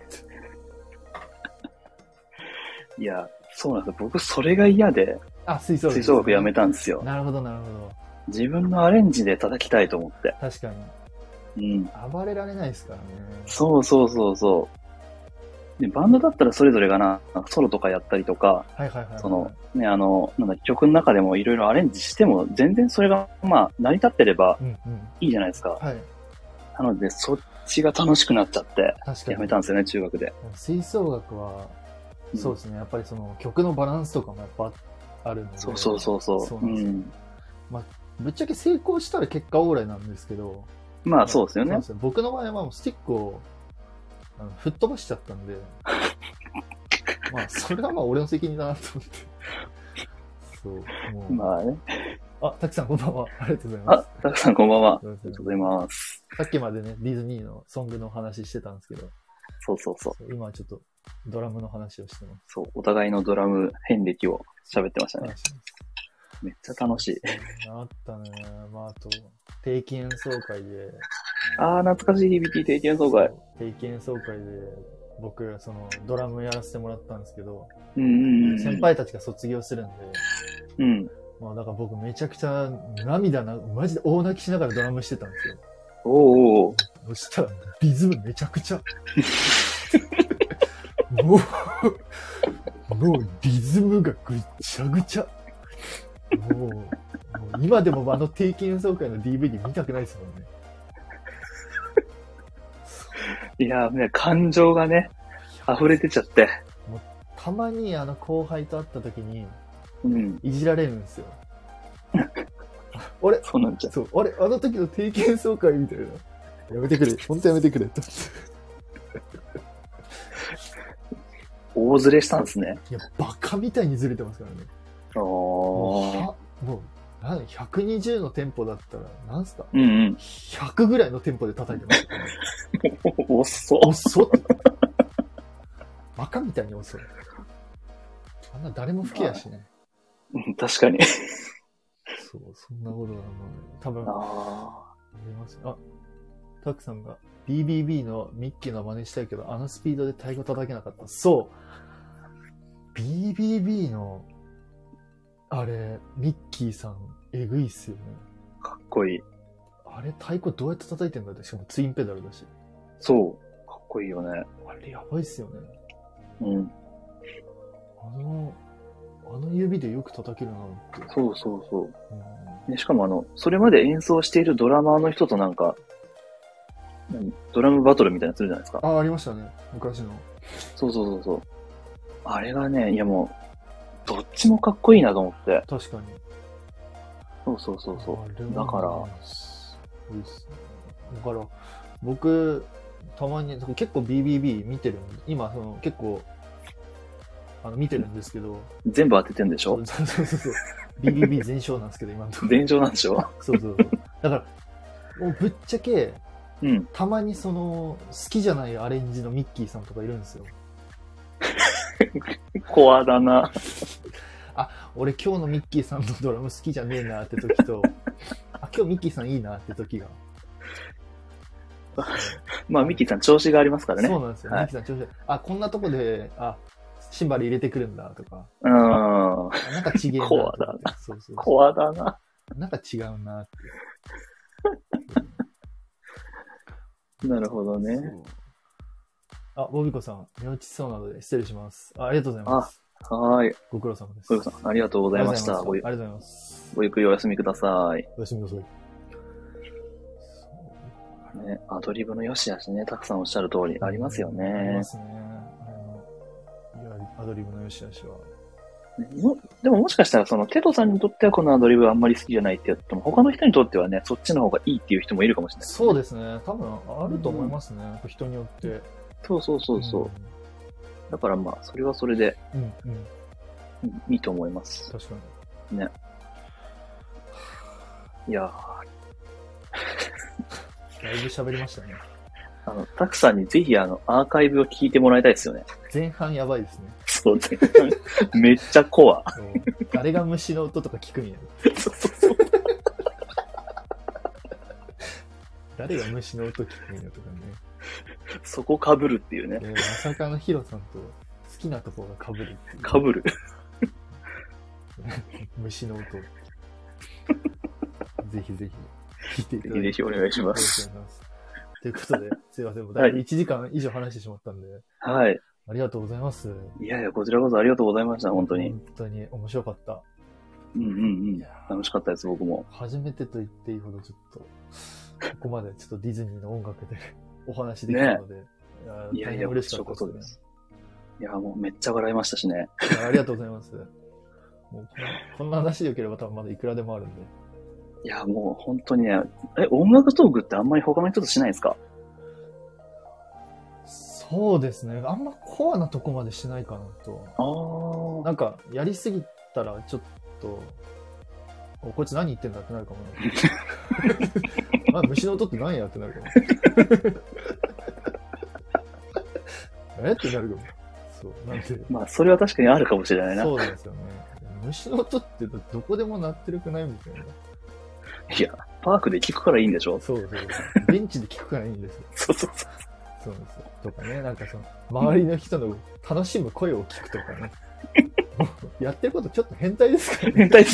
いや、そうなんですよ。僕、それが嫌で、 あ、吹奏楽、 吹奏楽やめたんですよ。 なるほど、なるほど。 自分のアレンジで叩きたいと思って。 確かに。うん。 暴れられないですからね。 そうそうそうそう。で、バンドだったらそれぞれがな、ソロとかやったりとか、 はいはいはい、はい。 その、ね、あの、なんだ、曲の中でもいろいろアレンジしても、全然それが、まあ、成り立ってればいいじゃないですか。 うんうん、はい。 なので、そっちが楽しくなっちゃって、やめたんですよね、中学で。 吹奏楽は、そうですね、やっぱりその曲のバランスとかもやっぱあるので。 そうそうそうそう。 そうなんですよ。うん、まあ、ぶっちゃけ成功したら結果オーライなんですけど。 まあそうですよね。 よ僕の場合はもうスティックをあの吹っ飛ばしちゃったんで、まあそれはまあ俺の責任だなと思って。そう。もうまあね。 あ、たくさんこんばんは。ありがとうございます。 あ、たくさんこんばんは。ありがとうございます。 さっきまでね、ディズニーのソングの話してたんですけど。 そうそうそう。 そう今はちょっとドラムの話をしてます。 そう、お互いのドラム遍歴を喋ってましたね。 めっちゃ楽しい。 あったね。まあ、あと、定期演奏会で。 ああ、懐かしい響き、定期演奏会。 定期演奏会で、僕、その、ドラムやらせてもらったんですけど、 うんうんうん。 先輩たちが卒業するんで、 うん。 まあ、だから僕めちゃくちゃ涙な、マジで大泣きしながらドラムしてたんですよ。 おおお。 そしたら、リズムめちゃくちゃ。もう、もうリズムがぐっちゃぐちゃ。もう、もう今でもあの定期演奏会の ディーブイディー 見たくないですもんね。 いやーね、感情がね、溢れてちゃって。 もうたまにあの後輩と会った時に、 うん。 いじられるんですよ。俺、 そうなんじゃ。 そう、俺、あの時の定期演奏会みたいな。やめてくれ、ほんとやめてくれ。 大ずれしたんですね。 いや、バカみたいにずれてますからね。 おー。 もう、もうなんひゃくにじゅうのテンポだったら、なんすか、 うんうん。 ひゃくぐらいのテンポで叩いてますからね。 遅っ。 遅っバカみたいに遅い。あんな誰も吹けやしね。 確かに。 そう、そんなことがもう、ね、多分、 あります。あ、タクさんが ビービービー のミッキーの真似したいけど、あのスピードで太鼓叩けなかった。そう。ビービービー の、あれ、ミッキーさん、えぐいっすよね。 かっこいい。 あれ、太鼓どうやって叩いてんだって、しかもツインペダルだし。 そう。かっこいいよね。 あれ、やばいっすよね。 うん。 あの、あの指でよく叩けるなって。 そうそうそう。 うんね、しかもあの、それまで演奏しているドラマーの人となんか、何ドラムバトルみたいなのするじゃないですか。 あ、ありましたね。昔の。 そうそうそうそう。あれがね、いやもう、どっちもかっこいいなと思って。 確かに。 そうそうそうそう。 あれはねだから、 すごいっすね。だから、僕、たまに、結構 ビービービー 見てるんで、今、その、結構、あの、見てるんですけど。 全部当ててんでしょ？ そうそうそうそう。ビービービー 全勝なんですけど、今のところ。 全勝なんでしょ？ そうそうそう。だから、もうぶっちゃけ、 うん。 たまにその、好きじゃないアレンジのミッキーさんとかいるんですよ。 コアだな。 あ、俺今日のミッキーさんのドラム好きじゃねえなって時と、あ、今日ミッキーさんいいなって時が。 まあ、ミッキーさん調子がありますからね。 そうなんですよ。 はい、 ミッキーさん調子あ、こんなとこで、あ、シンバル入れてくるんだとか。 うん。 なんか違えな。 コアだな。 そうそうそう。 コアだな。 なんか違うなって。 なるほどね。 あ、ボビコさん、寝落ちそうなので失礼します。あ、ありがとうございます。 あ、はーい。 ご苦労様です。 ご苦労さん、ありがとうございました。 ありがとうございます。 ごゆっくりお休みください。 お休みください。 ね、アドリブの良し悪しね、たくさんおっしゃる通りありますよね。 ありますね。あのいやアドリブの良し悪しは。 でももしかしたら、その、テトさんにとってはこのアドリブあんまり好きじゃないって言っても、他の人にとってはね、そっちの方がいいっていう人もいるかもしれない、ね。 そうですね。多分あると思いますね。うん、人によって。 そうそうそうそう。うん、だからまあ、それはそれで、 うんうん、 いいと思います。 確かに。ね。いやー。だいぶ喋りましたね。 あの、たくさんにぜひあの、アーカイブを聞いてもらいたいですよね。 前半やばいですね。 そう、前半。めっちゃコア。 誰が虫の音とか聞くんや。そうそうそう。誰が虫の音聞くんやとかね。 そこ被るっていうね。 まさかのヒロさんと好きなところが被るっていう。 被る。 虫の音。ぜひぜひ聞いていただいて。 ぜひぜひお願いします。 ありがとうございます。ということで、すいません。もうだいぶいちじかん以上話してしまったんで。 はい。 ありがとうございます。 いやいや、こちらこそありがとうございました、本当に。 本当に面白かった。 うんうんうん。楽しかったです、僕も。 初めてと言っていいほどちょっと、ここまでちょっとディズニーの音楽でお話できたので、ね、 いやいや、嬉しかったですね。いや、もうめっちゃ笑いましたしね。 いやありがとうございます。もうこんな、こんな話でよければ多分まだいくらでもあるんで。 いや、もう本当にね、え、音楽トークってあんまり他の人としないですか？ そうですね。あんまコアなとこまでしないかなと。ああ。なんか、やりすぎたらちょっと、お、こいつ何言ってんだってなるかもな。まあ、虫の音って何やってなるかも。えってなるかも。そう。なんで。 まあ、それは確かにあるかもしれないな。 そうですよね。 虫の音ってどこでも鳴ってるくないみたいな。 いや、パークで聞くからいいんでしょ？ そうそう。ベンチで聞くからいいんですよ。 そうそうそう。 そうなんですよ。とかね、なんかその、周りの人の楽しむ声を聞くとかね。やってることちょっと変態ですからね。 変態です。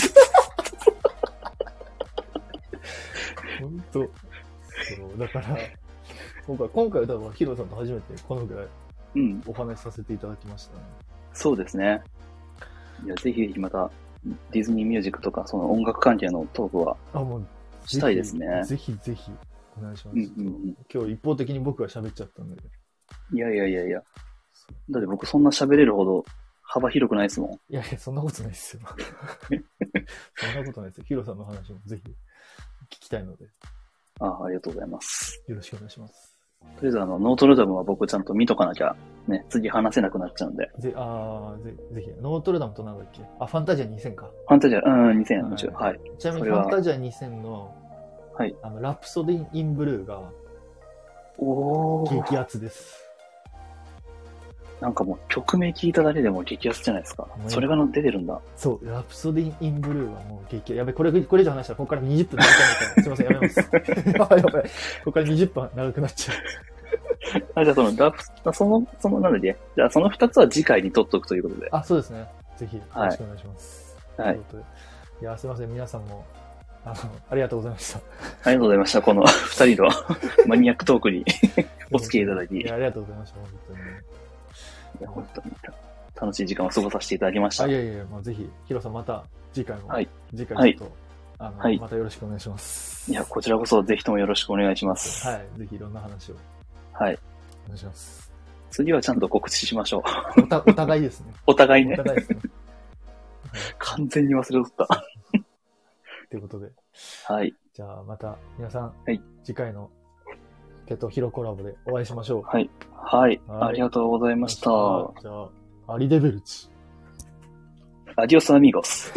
本当。そう、だから、今回、今回は多分ヒロさんと初めてこのぐらいお話しさせていただきましたね。 うん、そうですね。いや、ぜひぜひまた、ディズニーミュージックとか、その音楽関係のトークは、あ、もう、したいですね。 ぜひぜひ、お願いします。 うんうんうん、 今日一方的に僕が喋っちゃったんで。 いやいやいやいや。だって僕そんな喋れるほど幅広くないですもん。いやいや、そんなことないですよ。そんなことないですよ。ヒロさんの話もぜひ聞きたいので。 あ、ありがとうございます。 よろしくお願いします。 とりあえずあの、ノートルダムは僕ちゃんと見とかなきゃ、ね、次話せなくなっちゃうんで。 ぜ、あーぜ、ぜひ、ノートルダムとなんだっけ？あ、ファンタジアにせんか。 ファンタジア、うん、にせん、もちろん。はい。 ちなみにファンタジアにせんの、 はい。 あの、ラプソディ・イン・ブルーが、 おー。 激アツです。 なんかもう曲名聞いただけでも激アツじゃないですか。それが出てるんだ。 そう、ラプソディ・イン・ブルーはもう激アツ。やべ、これ、これ以上話したらここからにじゅっぷん長くなるから、すいません、やめます。やばいやばい。ここからにじゅっぷん長くなっちゃう。 あ、じゃあそのラプ、その、その、なんだっけ、じゃあその二つは次回に取っとくということで。 あ、そうですね。ぜひ、よろしくお願いします。 はい。 いや、すいません、皆さんも、あの、ありがとうございました。 ありがとうございました。この二人のマニアックトークにお付き合いいただき。 いや、ありがとうございました、本当に。 いや、本当に楽しい時間を過ごさせていただきました。 あ、いやいや、もうぜひ、ヒロさんまた次回も、 はい、 次回ちょっと、はい、あの、 はい、 またよろしくお願いします。 いや、こちらこそぜひともよろしくお願いします。 はい、ぜひいろんな話を。 はい。 お願いします。 次はちゃんと告知しましょう。おた、お互いですね。 お互いね。 お互いですね。 完全に忘れとった。 ということで。 はい。 じゃあまた皆さん、 はい、 次回のケトヒロコラボでお会いしましょう。 はい。はい。はい、ありがとうございました。 じゃあ、アリデベルチ。 アディオスアミーゴス。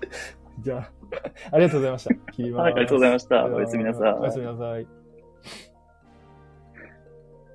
じゃあ、ありがとうございました。切ります。 はい、ありがとうございました。おやすみなさい。 おやすみなさい。